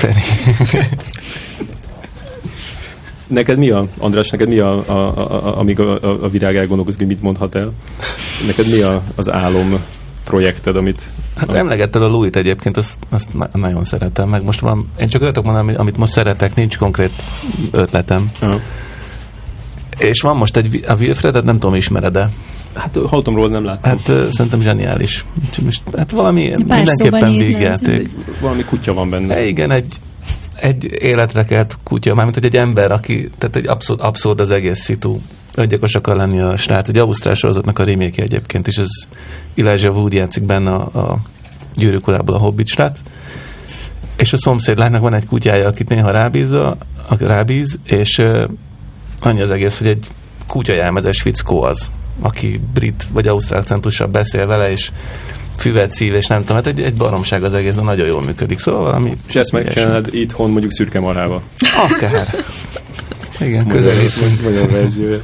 Neked mi András, amíg a virág elgondolkozik, hogy mit mondhat el? Neked mi az álom projekted, amit... Hát emlegetted a Louis-t egyébként, azt nagyon szeretem, meg most van, én csak ötök mondom, amit most szeretek, nincs konkrét ötletem. Uh-huh. És van most a Wilfredet, nem tudom, ismered-e? Hát hallottam róla, nem láttam. Hát szerintem zseniális. Hát valami mindenképpen végjáték. Valami kutya van benne. Igen, egy életre kelt kutya, mármint egy ember, aki, tehát egy abszurd az egész szitu. Öngyilkos akar lenni a srác. Egy ausztrál sorozatnak a remake egyébként, és ez Elijah Wood játszik benne a Gyűrűk urából a Hobbit srác. És a szomszédlánynak van egy kutyája, akit néha rábíz, és annyi az egész, hogy egy kutyajelmezes fickó az, aki brit vagy ausztrál akcentussal beszél vele, és füvet szív, és nem tudom, hát egy baromság az egész, de nagyon jól működik. Szóval valami... És ezt megcsinálod itthon mondjuk Szürke Marhába. Akár. Igen, közelítünk. Magyar verziója.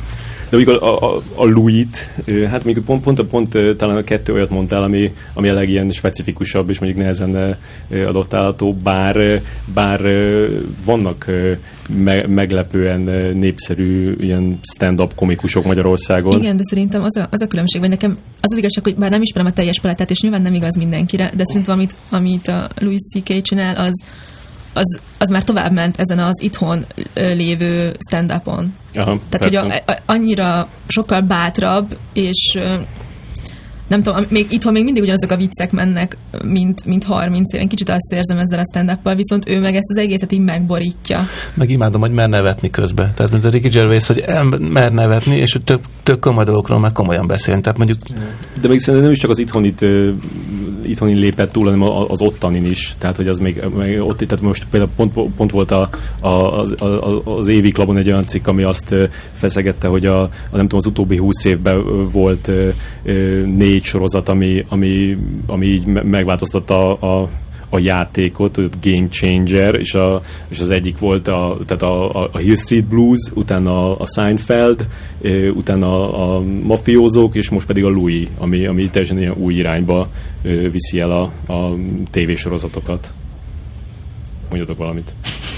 De mondjuk a Louis-t, hát mondjuk pont talán a 2 olyat mondtál, ami a legilyen specifikusabb, és mondjuk nehezen adoptálható, bár vannak meglepően népszerű ilyen stand-up komikusok Magyarországon. Igen, de szerintem az a különbség, vagy nekem az igazság, hogy bár nem ismerem a teljes palettát, és nyilván nem igaz mindenkire, de szerintem amit a Louis C.K. csinál, az már tovább ment ezen az itthon lévő stand-upon. Aha, tehát, hogy annyira sokkal bátrabb, és nem tudom, itthon még mindig ugyanazok a viccek mennek, mint 30 éven. Kicsit azt érzem ezzel a stand-uppal, viszont ő meg ezt az egészet így megborítja. Meg imádom, hogy mer nevetni közben. Tehát, mint a Ricky Gervais, hogy mer nevetni, és tök komoly dolgokról meg komolyan beszélni. Tehát mondjuk... De még szerintem nem is csak az itthoni lépett túl, hanem az ottanin is. Tehát, hogy az még ott, tehát most például pont volt az Évi Klubon egy olyan cikk, ami azt feszegette, hogy nem tudom, az utóbbi 20 évben volt 4 sorozat, ami így megváltoztatta a játékot, a Game Changer, és az egyik volt tehát a Hill Street Blues, utána a Seinfeld, utána a mafiózók, és most pedig a Louis, ami teljesen ilyen új irányba viszi el a tévésorozatokat. Mondjatok valamit.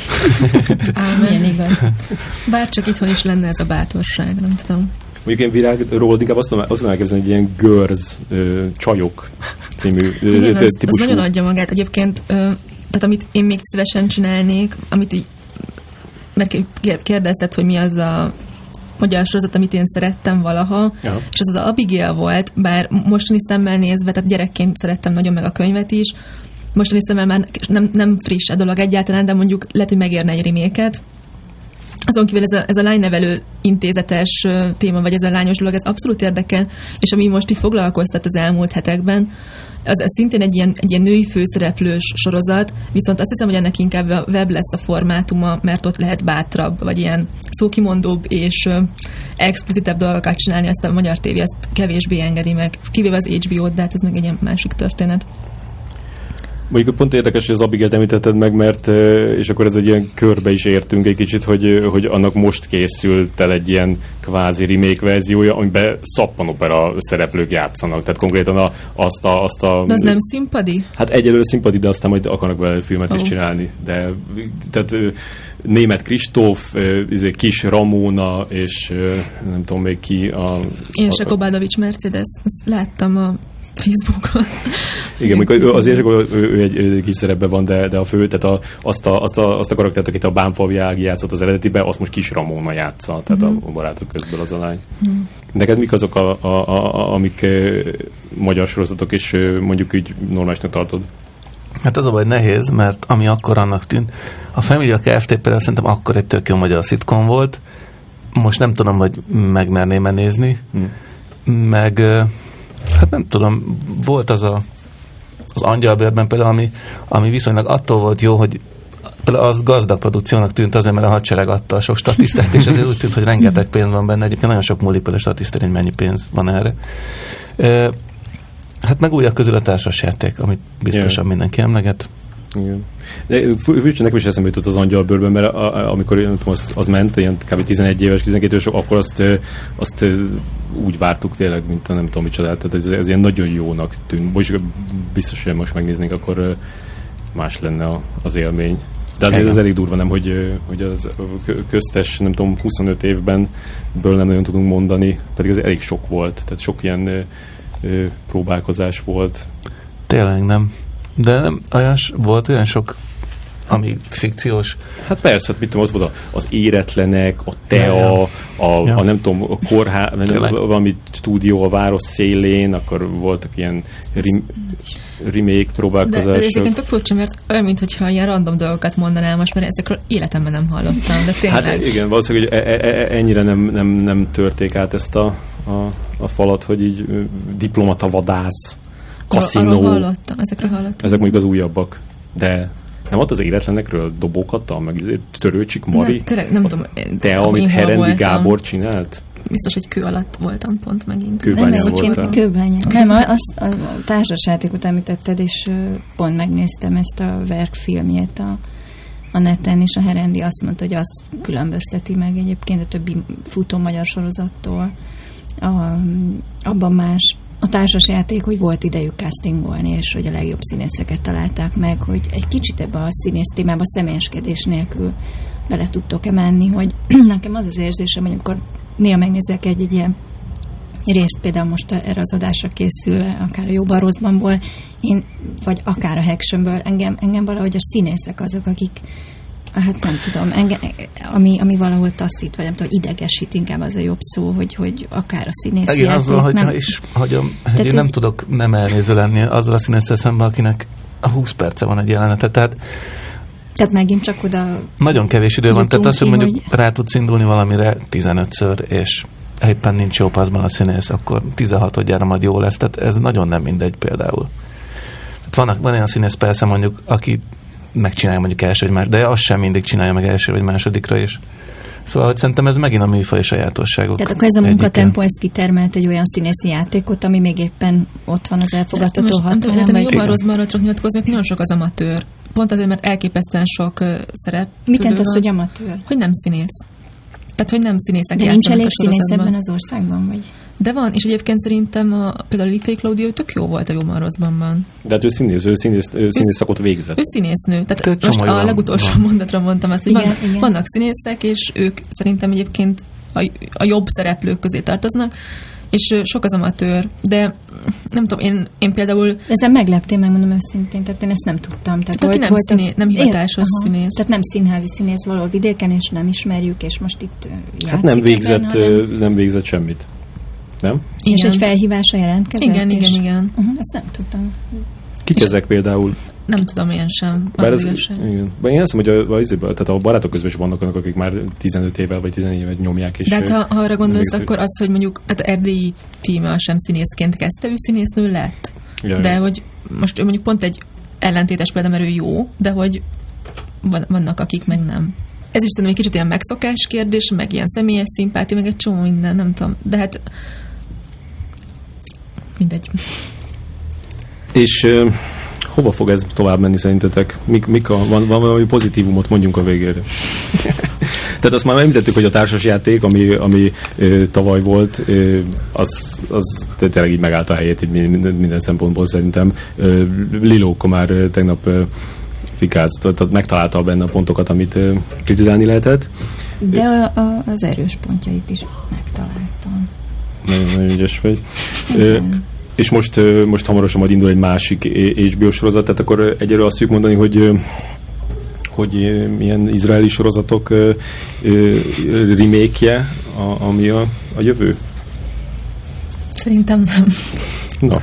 Milyen igaz. Bár csak itthon is lenne ez a bátorság, nem tudom. Mondjuk én Virágról inkább azt tudom elképzelni, hogy ilyen girls, csajok című típusú. Az nagyon adja magát. Egyébként, tehát amit én még szívesen csinálnék, amit így, mert kérdezted, hogy mi az a magyar sorozat, amit én szerettem valaha, és az Abigail volt, bár mostani szemmel nézve, tehát gyerekként szerettem nagyon meg a könyvet is, mostani szemmel már nem friss a dolog egyáltalán, de mondjuk lehet, hogy megérne egy reméket. Azon kívül ez a lánynevelő intézetes téma, vagy ez a lányos dolog, ez abszolút érdekel, és ami most így foglalkoztat az elmúlt hetekben, az szintén egy ilyen női főszereplős sorozat, viszont azt hiszem, hogy ennek inkább a web lesz a formátuma, mert ott lehet bátrabb, vagy ilyen szókimondóbb és explicitebb dolgokat csinálni, azt a magyar tévé ezt kevésbé engedi meg, kivéve az HBO-t, de hát ez meg egy ilyen másik történet. Mondjuk pont érdekes, hogy az Abigail-t említetted meg, mert és akkor ez egy ilyen körbe is értünk egy kicsit, hogy annak most készült el egy ilyen kvázi remake verziója, amiben szappanopera szereplők játszanak. Tehát konkrétan azt a... De az nem színpadi? Hát egyelőre színpadi, de aztán majd akarnak vele filmet is csinálni. De tehát Németh Kristóf, Kis Ramóna, és nem tudom még ki Érse Kobádovics Mercedes, azt láttam a Facebookon. Igen, amikor azért ő egy kis szerepben van, de a fő, tehát azt a karaktert, akit a Bánfalvi Ági játszott az eredetiben, azt most Kis Ramóna játsza, tehát a barátok közből az a lány. Neked mik azok, amik magyar sorozatok, és mondjuk így normálisnak tartod? Hát az a baj nehéz, mert ami akkor annak tűnt, a Família Kft. Például szerintem akkor egy tök jó magyar szitkom volt, most nem tudom, hogy megmerném-e nézni, meg hát nem tudom, volt az Angyalbőrben például, ami viszonylag attól volt jó, hogy például az gazdag produkciónak tűnt azért, mert a hadsereg adta a sok statisztát, és azért úgy tűnt, hogy rengeteg pénz van benne. Egyébként nagyon sok múlik például statisztán, hogy mennyi pénz van erre. Hát meg újak közül a társasjáték, amit biztosan mindenki emleget. Igen. De furcsa, nekem is eszembe jutott az Angyalbőrben, mert amikor az ment, ilyen kb. 11 éves, 12 éves, akkor azt úgy vártuk tényleg, mint nem tudom micsoda, tehát ez ilyen nagyon jónak tűnt. Biztos, hogy most megnéznénk, akkor más lenne az élmény. De azért ez elég durva, nem, hogy az köztes, nem tudom, 25 évben ből nem nagyon tudunk mondani, pedig ez elég sok volt, tehát sok ilyen próbálkozás volt. Tényleg nem. De nem, volt olyan sok, ami fikciós. Hát persze, mit tudom, ott volt az Éretlenek, a TEA, a nem tudom, a kórház, valami stúdió a város szélén, akkor voltak ilyen remake próbálkozások. De ezeket tök furcsa, mert olyan, mintha ilyen random dolgokat mondanál most, mert ezekről életemben nem hallottam, de tényleg. Hát igen, valószínűleg, hogy ennyire nem törték át ezt a falat, hogy így diplomata vadász, kaszinó. Ezekről hallottam. Ezek mondjuk az újabbak, de nem volt az Éretlenekről dobókat, meg Törőcsik Mari? Nem, tényleg nem tudom. Te, amit Herendi Gábor csinált? Biztos, hogy kő alatt voltam pont megint. Kőbányán voltál? Kőbányán. Nem, azt a társasjátékot említetted, és pont megnéztem ezt a Verk filmjét, a neten, és a Herendi azt mondta, hogy azt különbözteti meg egyébként a többi futó magyar sorozattól. Abban más a társasjáték, hogy volt idejük castingolni, és hogy a legjobb színészeket találták meg, hogy egy kicsit ebbe a színész témába személyeskedés nélkül bele tudtok-e menni, hogy nekem az az érzésem, hogy amikor néha megnézek egy ilyen részt, például most erre az adásra készül, akár a Jóban Rosszbanból, vagy akár a Hactionből, engem valahogy a színészek azok, akik, hát nem tudom, ami valahol taszít, vagy nem tudom, idegesít, inkább az a jobb szó, hogy akár a színész játék. Azzal, hogy én nem tudok nem elnéző lenni azzal a színésszel szemben, akinek a 20 perce van egy jelenete, tehát megint csak oda nagyon kevés idő van, tehát azt, hogy mondjuk rá tudsz indulni valamire 15-ször, és éppen nincs jó passzban a színész, akkor 16-odjára majd jó lesz, tehát ez nagyon nem mindegy például. Tehát van olyan színész persze mondjuk, aki megcsinálja mondjuk első vagy második, de azt sem mindig csinálja meg első vagy másodikra is. Szóval hogy szerintem ez megint a műfaj sajátosságok. Tehát akkor ez a munkatempó, ez kitermelt egy olyan színészi játékot, ami még éppen ott van az elfogadható határon. Hát Jóban Rosszbanról tudok nyilatkozni, nagyon sok az amatőr. Pont azért, mert elképesztően sok szerep. Mit jelent az, hogy amatőr? Hogy nem színész. Tehát, hogy nem színészek de nincs elég színész ebben az országban, vagy? De van, és egyébként szerintem például Littai Klaudia tök jó volt a Jóban Rosszbanban. De hát ő színész szakot végzett. Ő színésznő. Tehát most a legutolsó mondatra mondtam azt, hogy vannak színészek, és ők szerintem egyébként a jobb szereplők közé tartoznak, és sok az amatőr, de nem tudom, én például... Ezen megleptél, megmondom őszintén, tehát én ezt nem tudtam. Tehát nem hivatásos színész. Tehát nem színházi színész valahol vidéken, és nem ismerjük, és most itt játszik. Hát nem végzett semmit. Nem? Igen. És egy felhívásra jelentkezett? Igen. Ezt nem tudtam. Kik ezek például? Nem tudom én sem. Igen. Én azt mondom, hogy tehát a barátok közben is vannak olyanok, akik már 15 évvel vagy 14 évet nyomják. És de hát ha arra gondolsz, akkor az, hogy mondjuk hát erdélyi Tímea sem színészként kezdte, ő színésznő lett. Ja, de hogy most ő mondjuk pont egy ellentétes példa, mert ő jó, de hogy vannak, akik meg nem. Ez is szerintem egy kicsit ilyen megszokás kérdés, meg ilyen személyes szimpátia, meg egy csomó minden, nem tudom. De hát mindegy. És hova fog ez tovább menni szerintetek? Van valami pozitívumot mondjunk a végére. Tehát azt már említettük, hogy a társasjáték, ami tavaly volt, az tényleg így megállt a helyét minden szempontból szerintem. Lilóka már tegnap fikázt, megtalálta benne a pontokat, amit kritizálni lehetett. De az erős pontjait is megtaláltam. Nagyon ügyes vagy. És most hamarosan majd indul egy másik HBO sorozat, tehát akkor egyelőre azt tudjuk mondani, hogy milyen izraeli sorozatok remake-je, ami a jövő? Szerintem nem. Na.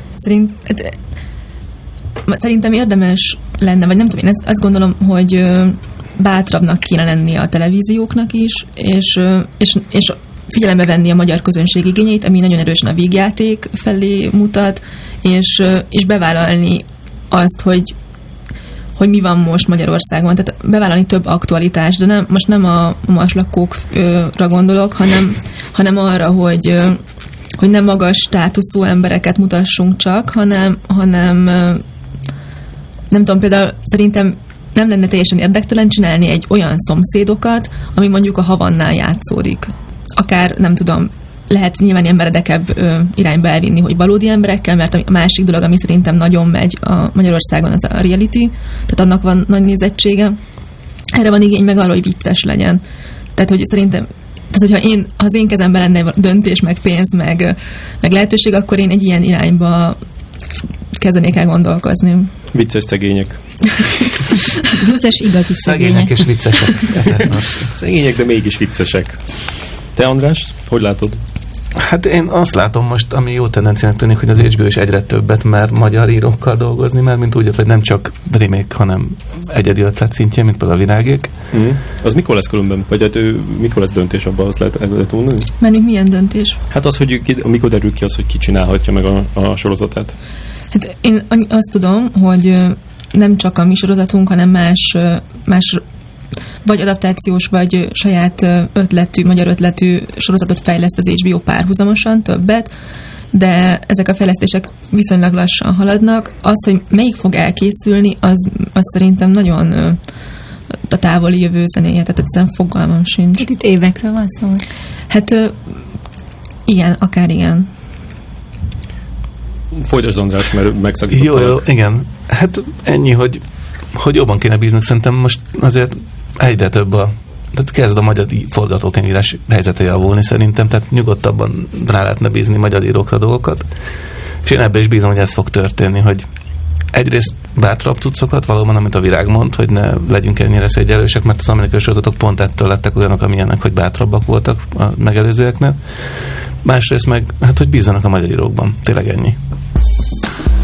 Szerintem érdemes lenne, vagy nem tudom, én azt gondolom, hogy bátrabbnak kéne lenni a televízióknak is, és figyelembe venni a magyar közönség igényeit, ami nagyon erősen a vígjáték felé mutat, és bevállalni azt, hogy mi van most Magyarországon. Tehát bevállalni több aktualitást, de most nem a marslakókra gondolok, hanem arra, hogy nem magas státuszú embereket mutassunk csak, hanem nem tudom, például szerintem nem lenne teljesen érdektelen csinálni egy olyan szomszédokat, ami mondjuk a Havannál játszódik. Akár, nem tudom, lehet nyilván ilyen meredekebb irányba elvinni, hogy valódi emberekkel, mert a másik dolog, ami szerintem nagyon megy a Magyarországon, az a reality, tehát annak van nagy nézettsége. Erre van igény meg arra, hogy vicces legyen. Tehát, hogy szerintem, hogyha ha az én kezemben lenne döntés, meg pénz, meg lehetőség, akkor én egy ilyen irányba kezdenék el gondolkozni. Vicces szegények. Vicces igazi szegények és viccesek. Szegények, de mégis viccesek. Te, András, hogy látod? Hát én azt látom most, ami jó tendenciának tűnik, hogy az HBO is egyre többet mer magyar írókkal dolgozni, mert mint úgy, hogy nem csak remake, hanem egyedi ötlet szintjén, mint például a Virágék. Az mikor lesz különben? Vagy hát mikor lesz döntés abban, azt lehet mondani? Mert milyen döntés? Hát az, hogy mikor derül ki az, hogy ki csinálhatja meg a sorozatát. Hát én azt tudom, hogy nem csak a mi sorozatunk, hanem más vagy adaptációs, vagy saját magyar ötletű sorozatot fejleszt az HBO párhuzamosan, többet, de ezek a fejlesztések viszonylag lassan haladnak. Az, hogy melyik fog elkészülni, az szerintem nagyon távoli jövő zenéje, tehát egyszerűen fogalmam sincs. Itt évekről van szó? Hát igen, akár igen. Folytasd, András, mert megszakítottalak. Jó, igen. Hát ennyi, hogy jobban kéne bíznunk. Szerintem most azért egyre több tehát kezd a magyar forgatókönyvírás helyzete javulni szerintem, tehát nyugodtabban rá lehetne bízni magyar írókra dolgokat. És én ebben is bízom, hogy ez fog történni, hogy egyrészt bátrabb cuccokat, valóban, amit a Virág mond, hogy ne legyünk ennyire szégyellősek, mert az amerikai sorozatok pont ettől lettek olyanok, amilyenek, hogy bátrabbak voltak a megelőzőeknél. Másrészt meg, hát hogy bízzanak a magyar írókban. Tényleg ennyi.